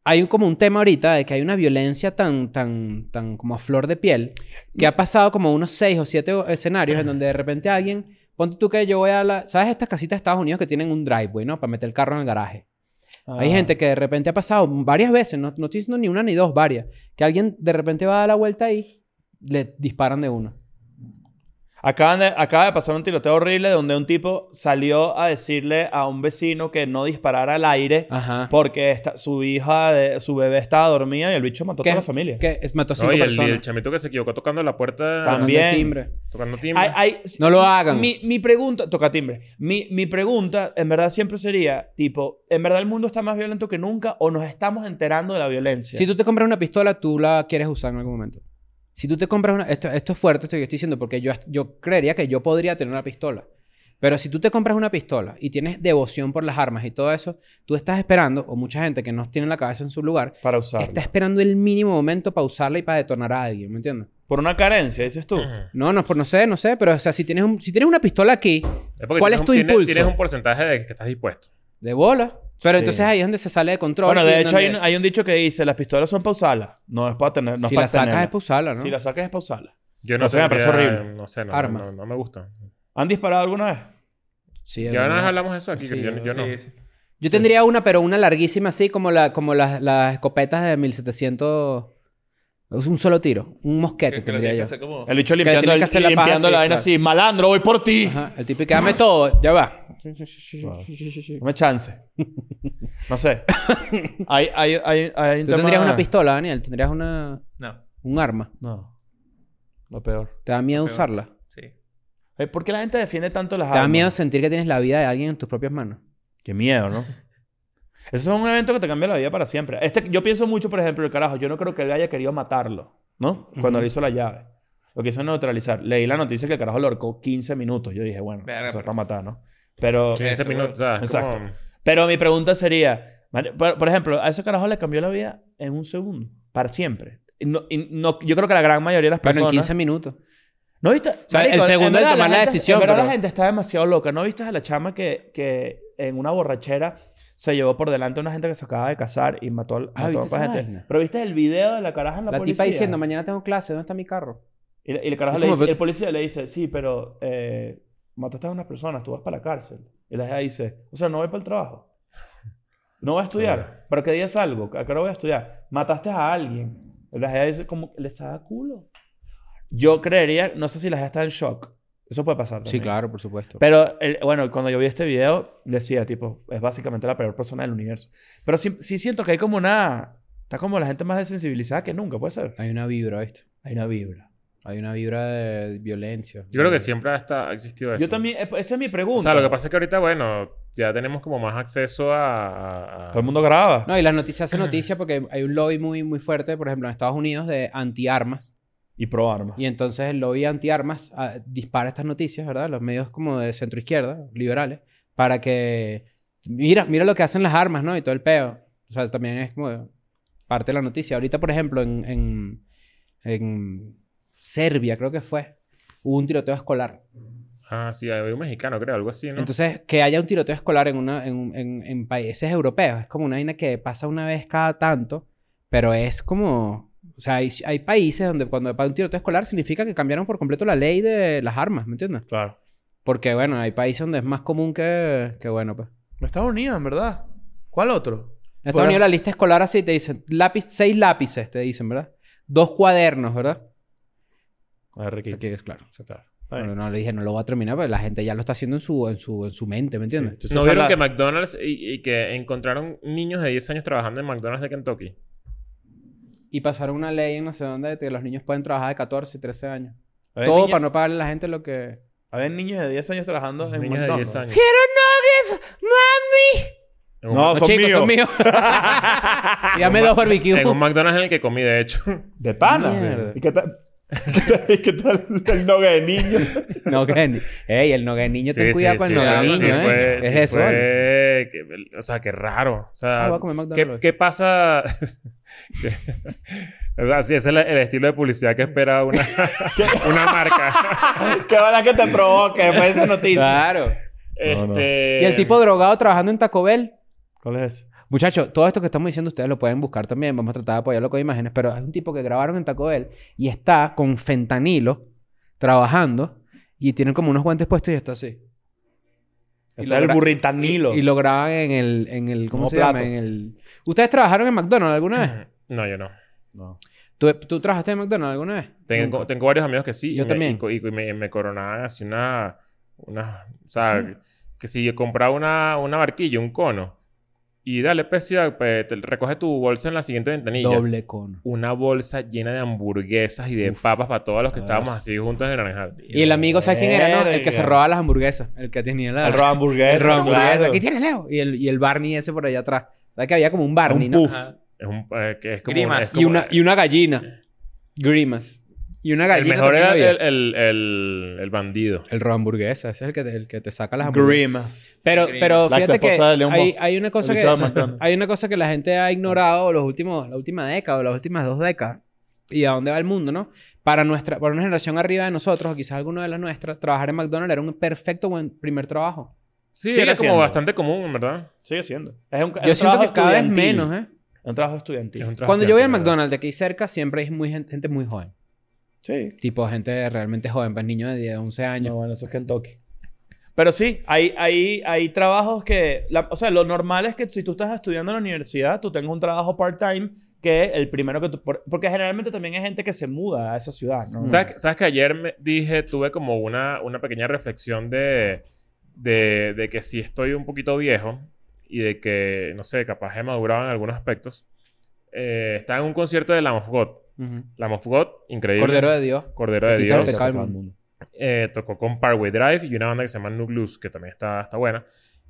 hay como un tema ahorita de que hay una violencia tan como a flor de piel que ha pasado como unos 6 o 7 escenarios en donde de repente alguien... Ponte tú que yo voy a la... ¿Sabes estas casitas de Estados Unidos que tienen un driveway, ¿no? Para meter el carro en el garaje. Hay gente que de repente ha pasado varias veces, no estoy diciendo ni una ni dos, varias, que alguien de repente va a dar la vuelta ahí, le disparan de uno. Acaba de pasar un tiroteo horrible donde un tipo salió a decirle a un vecino que no disparara al aire Ajá. porque su bebé estaba dormida y el bicho mató a toda la familia. Que mató a 5 No, y personas. el chamito que se equivocó tocando la puerta. También. Timbre. Tocando timbre. No lo hagan. Mi pregunta... Toca timbre. Mi pregunta, en verdad, siempre sería, tipo... ¿En verdad el mundo está más violento que nunca o nos estamos enterando de la violencia? Si tú te compras una pistola, tú la quieres usar en algún momento. Si tú te compras una... Esto es fuerte esto que estoy diciendo porque yo creería que yo podría tener una pistola. Pero si tú te compras una pistola y tienes devoción por las armas y todo eso, tú estás esperando, o mucha gente que no tiene la cabeza en su lugar, Para usarla. está esperando el mínimo momento para usarla y para detonar a alguien, ¿me entiendes? Por una carencia, dices tú. No sé, pero o sea, si tienes una pistola aquí, Es porque ¿cuál es tu impulso? Tienes un porcentaje de que estás dispuesto. De bola. Pero Sí. entonces ahí es donde se sale de control. Bueno, y de en hecho donde- hay un dicho que dice, las pistolas son para usarlas. No es para tener... No si es para la sacas tenerlas. es para usarla, ¿no? Si la sacas es para usarla. Yo no O sea, me parece tendría- horrible. No sé, Armas. no me gusta. ¿Han disparado alguna vez? Sí, Ya es una vez verdad. hablamos de eso aquí. Sí, yo no. Sí. Yo tendría una, pero una larguísima así, como las escopetas de 1700... Es un solo tiro. Un mosquete Que lo tendría tiene que yo. hacer como... El bicho le limpiando, tienen que hacer la paja limpiando así, la vaina claro. así. Malandro, voy por ti. Ajá. El tipo que dame todo. Ya va. Dame chance. No sé. Hay un Tú tema- tendrías una pistola, Daniel. Tendrías No. un arma. No. Lo peor. ¿Te da miedo Peor. usarla? Sí. ¿Por qué la gente defiende tanto las ¿Te da armas? miedo sentir que tienes la vida de alguien en tus propias manos? Qué miedo, ¿no? Eso es un evento que te cambia la vida para siempre. Yo pienso mucho, por ejemplo, el carajo. Yo no creo que él haya querido matarlo, ¿no? Cuando le hizo la llave. Lo que hizo es neutralizar. Leí la noticia que el carajo lo ahorcó 15 minutos. Yo dije, bueno, Verga, eso es pero- para matar, ¿no? Pero... 15 Eso, minutos, ¿sabes? Exacto. Como- Pero mi pregunta sería... Por ejemplo, a ese carajo le cambió la vida en un segundo. Para siempre. Yo creo que la gran mayoría de las Pero personas... en 15 minutos. ¿No viste? sea, el segundo de tomar la decisión, En verdad pero- la gente está demasiado loca. ¿No viste a la chama que en una borrachera se llevó por delante a una gente que se acaba de casar y mató Ah, a ¿viste esa gente? vaina? Pero ¿viste el video de la caraja en la La policía? tipa diciendo, mañana tengo clase. ¿Dónde está mi carro? Y el carajo Es le como, dice... pero- El policía le dice... Sí, pero... mataste a unas personas. Tú vas para la cárcel. Y la gente dice... O sea, no voy para el trabajo. No voy a estudiar. ¿Pero qué día salgo? ¿A qué hora voy a estudiar? Mataste a alguien. Y la gente dice como... ¿Le está culo? Yo creería... No sé si la gente está en shock. Eso puede pasar Sí, también. claro, por supuesto. Pero, bueno, cuando yo vi este video, decía, tipo, es básicamente la peor persona del universo. Pero sí siento que hay como una... Está como la gente más desensibilizada que nunca, puede ser. Hay una vibra, ¿viste? Hay una vibra. Hay una vibra de violencia. Yo creo que siempre ha existido eso. Yo también... Esa es mi pregunta. O sea, lo que pasa es que ahorita, bueno, ya tenemos como más acceso a... Todo el mundo graba. No, y las noticias hacen noticias porque hay un lobby muy, muy fuerte, por ejemplo, en Estados Unidos, de antiarmas. Y pro armas. Y entonces el lobby antiarmas dispara estas noticias, ¿verdad? Los medios como de centro-izquierda, liberales, para que... Mira lo que hacen las armas, ¿no? Y todo el peo. O sea, también es como parte de la noticia. Ahorita, por ejemplo, en Serbia, creo que fue, hubo un tiroteo escolar. Ah, sí, hay un mexicano, creo, algo así, ¿no? Entonces, que haya un tiroteo escolar en países europeos es como una vaina que pasa una vez cada tanto, pero es como... O sea, hay países donde cuando hay un tiroteo escolar significa que cambiaron por completo la ley de las armas, ¿me entiendes? Claro. Porque, bueno, hay países donde es más común que bueno, pues. En Estados Unidos, en verdad. ¿Cuál otro? En Estados Unidos la lista escolar así te dicen 6 lápices, te dicen, ¿verdad? 2 cuadernos, ¿verdad? Ricky. Aquí es claro. Claro. Bueno, no le dije, no lo voy a terminar, pero la gente ya lo está haciendo en su mente, ¿me entiendes? Entonces, ¿No o sea, vieron que McDonald's y que encontraron niños de 10 años trabajando en McDonald's de Kentucky? Y pasaron una ley en no sé dónde de que los niños pueden trabajar de 14 y 13 años. había Todo niños- para no pagarle a la gente lo que... Había niños de 10 años trabajando en Niños de McDonald's. 10 años. ¡Quiero nuggets, mami! En un No, Los son chicos míos. son míos. Y dame 2 barbecues. En un McDonald's en el que comí, de hecho. De pana. Mierda. ¿Y qué tal? ¿Qué tal el nogue de niño? Nogue. Ey, el nogue niño, ten cuidado con el nogue niño, sí ¿eh? fue- Es sí eso. fue- o sea, qué raro. O sea, Voy a comer McDonald's. ¿qué pasa? O sea, sí, ese es el estilo de publicidad que espera una marca. Qué bala que te provoque después de esa noticia. Claro. No, no. Y el tipo drogado trabajando en Taco Bell. ¿Cuál es ese? Muchachos, todo esto que estamos diciendo ustedes lo pueden buscar también. Vamos a tratar de apoyarlo con imágenes. Pero es un tipo que grabaron en Taco Bell y está con fentanilo trabajando y tienen como unos guantes puestos y está así. Ese es el burritanilo. Y lo graban en el ¿cómo Como se plato. llama? ¿Ustedes trabajaron en McDonald's alguna vez? No, yo no. No. ¿Tú trabajaste en McDonald's alguna vez? Tengo varios amigos que sí. Yo también. Y me coronaban así o sea, que si yo compraba una barquilla, un cono, y dale, pues, te recoge tu bolsa en la siguiente ventanilla. Doble cono. Una bolsa llena de hamburguesas y de papas para todos los que estábamos así juntos en Naranjal. Y el amigo, ¿sabes quién era, no? El que se Verga. robaba las hamburguesas. El que tenía la... El roba hamburguesa. El roba hamburguesa. claro. Aquí tienes, Leo. Y el Barney ese por allá atrás. ¿Sabes que había como un Barney, Un no? puff. Ajá. Que es como... Grimas. es como- Y una gallina. Grimas. Y una el gallina mejor también era había. el bandido. El roba hamburguesa. Ese es el que te saca las hamburguesas. Grimas. Pero La fíjate que exesposa de Leon hay, Boss. hay una cosa El que... bicho de McDonald's. Hay una cosa que la gente ha ignorado la última década o las últimas 2 décadas. Y a dónde va el mundo, ¿no? Para una generación arriba de nosotros, o quizás alguna de las nuestras, trabajar en McDonald's era un perfecto buen primer trabajo. Sí, Sigue era como siendo. bastante común, en verdad. Sigue siendo. Es un Yo siento que cada vez estudiantil. menos, ¿eh? Es un trabajo estudiantil. Es un trabajo Cuando yo voy al estudiantil, ¿verdad? McDonald's de aquí cerca, siempre hay gente muy joven. Sí. Tipo, gente realmente joven, pues niños de 10, 11 años. No, bueno, eso es Kentucky. Pero sí, hay trabajos que... o sea, lo normal es que si tú estás estudiando en la universidad, tú tengas un trabajo part-time que el primero que tú... Porque generalmente también hay gente que se muda a esa ciudad, ¿no? ¿Sabes que ayer tuve como una pequeña reflexión de que si estoy un poquito viejo y de que, no sé, capaz he madurado en algunos aspectos? Estaba en un concierto de Lamb of God. Ujú. Lamb of God, increíble. Cordero de Dios. Cordero de Que quita el Dios. pecado del mundo. Tocó con Parkway Drive y una banda que se llama Nucleus, que también está buena.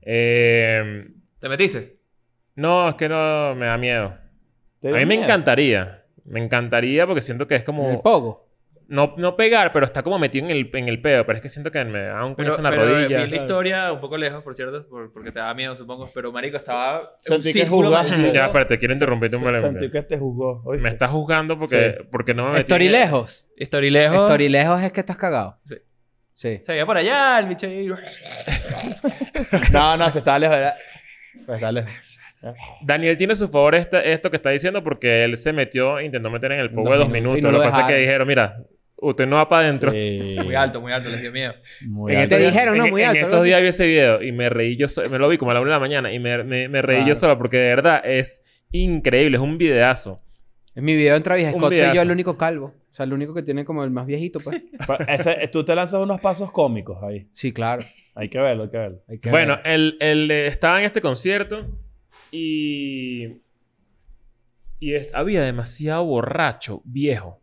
¿Te metiste? No, es que no me da miedo. ¿Te A dio mí me miedo? encantaría. Me encantaría porque siento que es El como... pogo. No pegar, pero está como metido en el pedo. Pero es que siento que me da un coñazo en la rodilla. vi la historia un poco lejos, por cierto, porque te da miedo, supongo. Pero, marico, estaba... Sentí un que círculo juzgaste. maldito. Ya, espérate, quiero interrumpirte un Sentí momento. que te juzgó. ¿oíste? Me estás juzgando porque no me metí... Storilejos. Storilejos. Storilejos es que estás cagado. Sí. Sí. Se veía por allá, el bicho ahí. No, se estaba lejos. Está lejos. Daniel tiene a su favor esto que está diciendo porque él se intentó meter en el pogo de 2 minutos. y no lo lo que pasa es que dejaron. dijeron, mira, usted no va para adentro. Sí. Muy alto, les dio miedo. Muy En alto. Te dijeron, ¿no? Muy en alto, estos algo días vi ese video y me reí yo me lo vi como a la 1 de la mañana y me reí yo solo porque de verdad es increíble, es un videazo. En mi video en Travis Un Scott soy videazo. yo el único calvo. O sea, el único que tiene como el más viejito, pues. Tú te lanzas unos pasos cómicos ahí. Sí, claro. Hay que verlo, hay que verlo. Hay que Bueno, ver. él estaba en este concierto y había demasiado borracho viejo.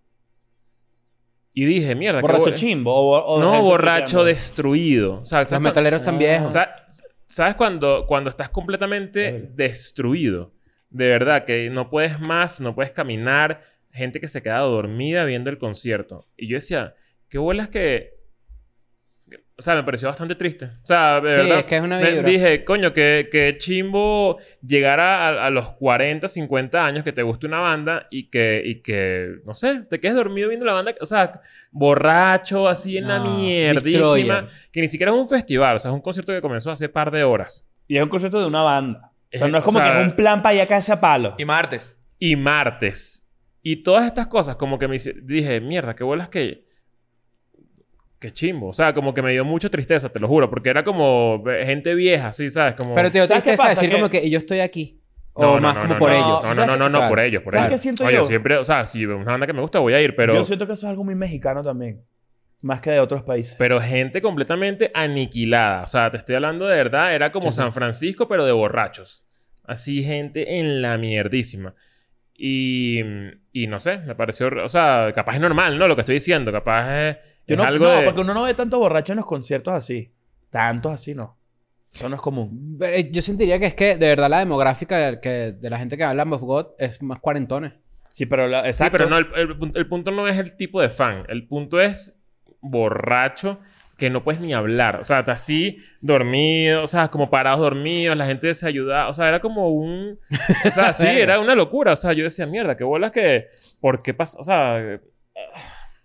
Y dije, mierda, qué ¿Borracho chimbo? O No, gente borracho puteando? destruido. O sea, Los metaleros están viejos. ¿Sabes cuando estás completamente destruido? De verdad, que no puedes más, no puedes caminar. Gente que se queda dormida viendo el concierto. Y yo decía, qué bolas que... O sea, me pareció bastante triste. O sea, de Sí, verdad. es que es una me vibra. dije, coño, que chimbo llegar a los 40, 50 años que te guste una banda y que no sé, te quedes dormido viendo la banda. O sea, borracho, así en la No, mierdísima. Destroyer. Que ni siquiera es un festival. O sea, es un concierto que comenzó hace par de horas. Y es un concierto de una banda. O sea, no es O como sea, que es un plan para allá caerse a palo. Y martes. Y martes. Y todas estas cosas como que dije, mierda, qué bolas que... Qué chimbo. O sea, como que me dio mucha tristeza, te lo juro. Porque era como gente vieja, ¿sí? ¿Sabes? Como... Pero te dio ¿Sabes qué tristeza pasa? decir Que- como que y yo estoy aquí. No, O no, más no, como no, por no, ellos. No, ¿Sabes no, no, qué- no, ¿sabes? por ellos, por ¿Sabes ellos. qué siento Oye, yo? siempre... O sea, si veo una banda que me gusta, voy a ir, pero... Yo siento que eso es algo muy mexicano también. Más que de otros países. Pero gente completamente aniquilada. O sea, te estoy hablando de verdad. Era como San Francisco, pero de borrachos. Así, gente en la mierdísima. Y no sé, me pareció... O sea, capaz es normal, ¿no? Lo que estoy diciendo. Capaz es Yo no, algo no, de... porque uno no ve tanto borracho en los conciertos así. Tantos así, no. Eso no es común. Pero, yo sentiría que es que de verdad la demográfica de la gente que habla of God es más cuarentones. Sí, pero... Sí, exacto. pero no, el punto no es el tipo de fan. El punto es borracho que no puedes ni hablar. O sea, está así dormido, o sea, como parados dormidos, la gente se ayuda. O sea, era como un... O sea, sí, era una locura. O sea, yo decía, mierda, qué bolas que... ¿Por qué pasa? O sea...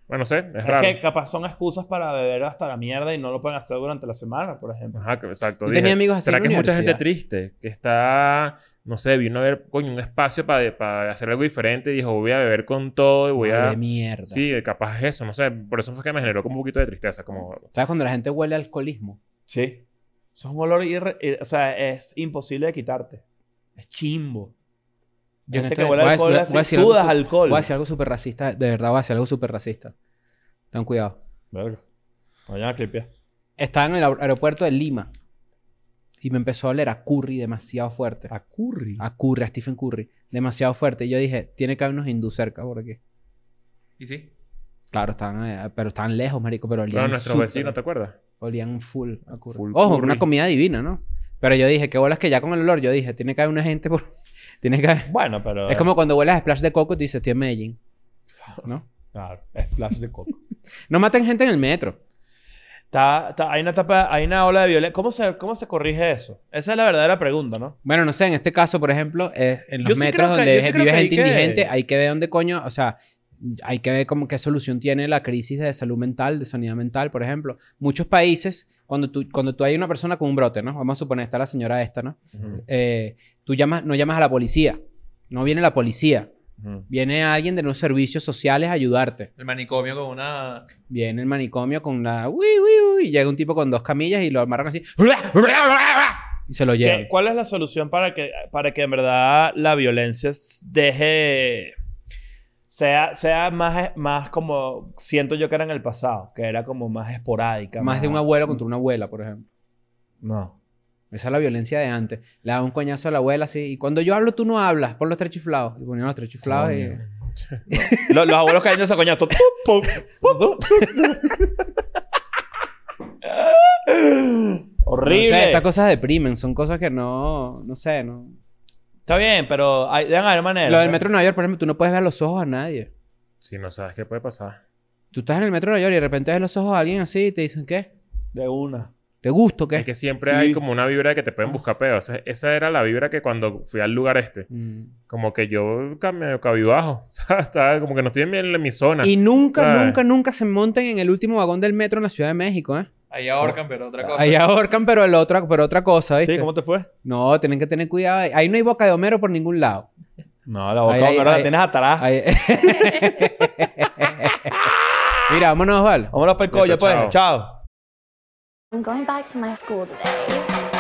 Bueno, no sé, es Es raro. que capaz son excusas para beber hasta la mierda y no lo pueden hacer durante la semana, por ejemplo. Ajá, exacto. Yo tenía amigos así ¿Será en que la es mucha gente universidad? triste? Que está, no sé, vino a ver, coño, un espacio para hacer algo diferente y dijo, voy a beber con todo y voy a... De mierda. Sí, capaz es eso, no sé. Por eso fue que me generó como un poquito de tristeza. Como... ¿Sabes cuando la gente huele a alcoholismo? Sí. Eso es un olor o sea, es imposible de quitarte. Es chimbo. Yo en Gente este- que huele voy a- alcohol voy a- así, voy a decir algo sudas su- alcohol. Voy a decir algo súper racista. De verdad voy a decir algo súper racista. Ten cuidado. Verga. Vayan a clipear. Estaba en el aeropuerto de Lima. Y me empezó a oler a curry demasiado fuerte. A curry. A curry, a Stephen Curry. Demasiado fuerte. Y yo dije, tiene que haber unos hindús cerca por aquí. ¿Y sí? Claro, pero estaban lejos, marico. Pero olían No, nuestros súper- vecinos, ¿te acuerdas? Olían full a curry. Full Ojo, curry. una comida divina, ¿no? Pero yo dije, qué bolas que ya con el olor, yo dije, tiene que haber una gente por... tiene que haber... Bueno, pero... Es como cuando hueles a splash de coco y tú dices, estoy en Medellín. ¿No? Claro, splash de coco. No maten gente en el metro. Hay una ola de violencia. ¿Cómo se corrige eso? Esa es la verdadera pregunta, ¿no? Bueno, no sé, en este caso, por ejemplo, en los Yo sí metros creo que- donde yo sí creo vive que hay gente que- indigente, hay que ver dónde coño, o sea, hay que ver como qué solución tiene la crisis de salud mental, de sanidad mental, por ejemplo. Muchos países, cuando tú hay una persona con un brote, ¿no? Vamos a suponer, está la señora esta, ¿no? Tú no llamas a la policía. No viene la policía. Viene alguien de los servicios sociales a ayudarte. El manicomio con una... Viene el manicomio con la... y llega un tipo con 2 camillas y lo amarran así. Y se lo llevan. ¿Cuál es la solución para que en verdad la violencia deje... Sea más como... Siento yo que era en el pasado. Que era como más esporádica. Más de un abuelo contra una abuela, por ejemplo. No. Esa es la violencia de antes. Le daba un coñazo a la abuela así. Y cuando yo hablo, tú no hablas. Pon los 3 chiflados. Y ponían los 3 chiflados y... Los abuelos cayendo ese coñazo. Horrible. No sé, estas cosas deprimen. Son cosas que no... No sé, no... Está bien, pero deben haber maneras. Lo del metro de Nueva York, por ejemplo, tú no puedes ver los ojos a nadie. Si no sabes qué puede pasar. Tú estás en el metro de Nueva York y de repente ves los ojos a alguien así y te dicen, ¿qué? De una. ¿Te gusta o qué? Es que siempre Sí. hay como una vibra de que te pueden buscar pedos. Esa era la vibra que cuando fui al lugar este. Como que yo medio cabibajo. Estaba como que no estoy en mi zona. Y nunca, ¿sabes? nunca, nunca se monten en el último vagón del metro en la Ciudad de México, ¿eh? Ahí ahorcan, pero otra cosa. Ahí ahorcan, pero otra cosa, ¿viste? Sí, ¿cómo te fue? No, tienen que tener cuidado. Ahí no hay boca de Homero por ningún lado. No, la boca Ahí, ahora la ahí. tienes atrás. Ahí- Mira, vámonos, Val. Vámonos para el collo, Listo, pues. chao. Chao. I'm going back to my school today.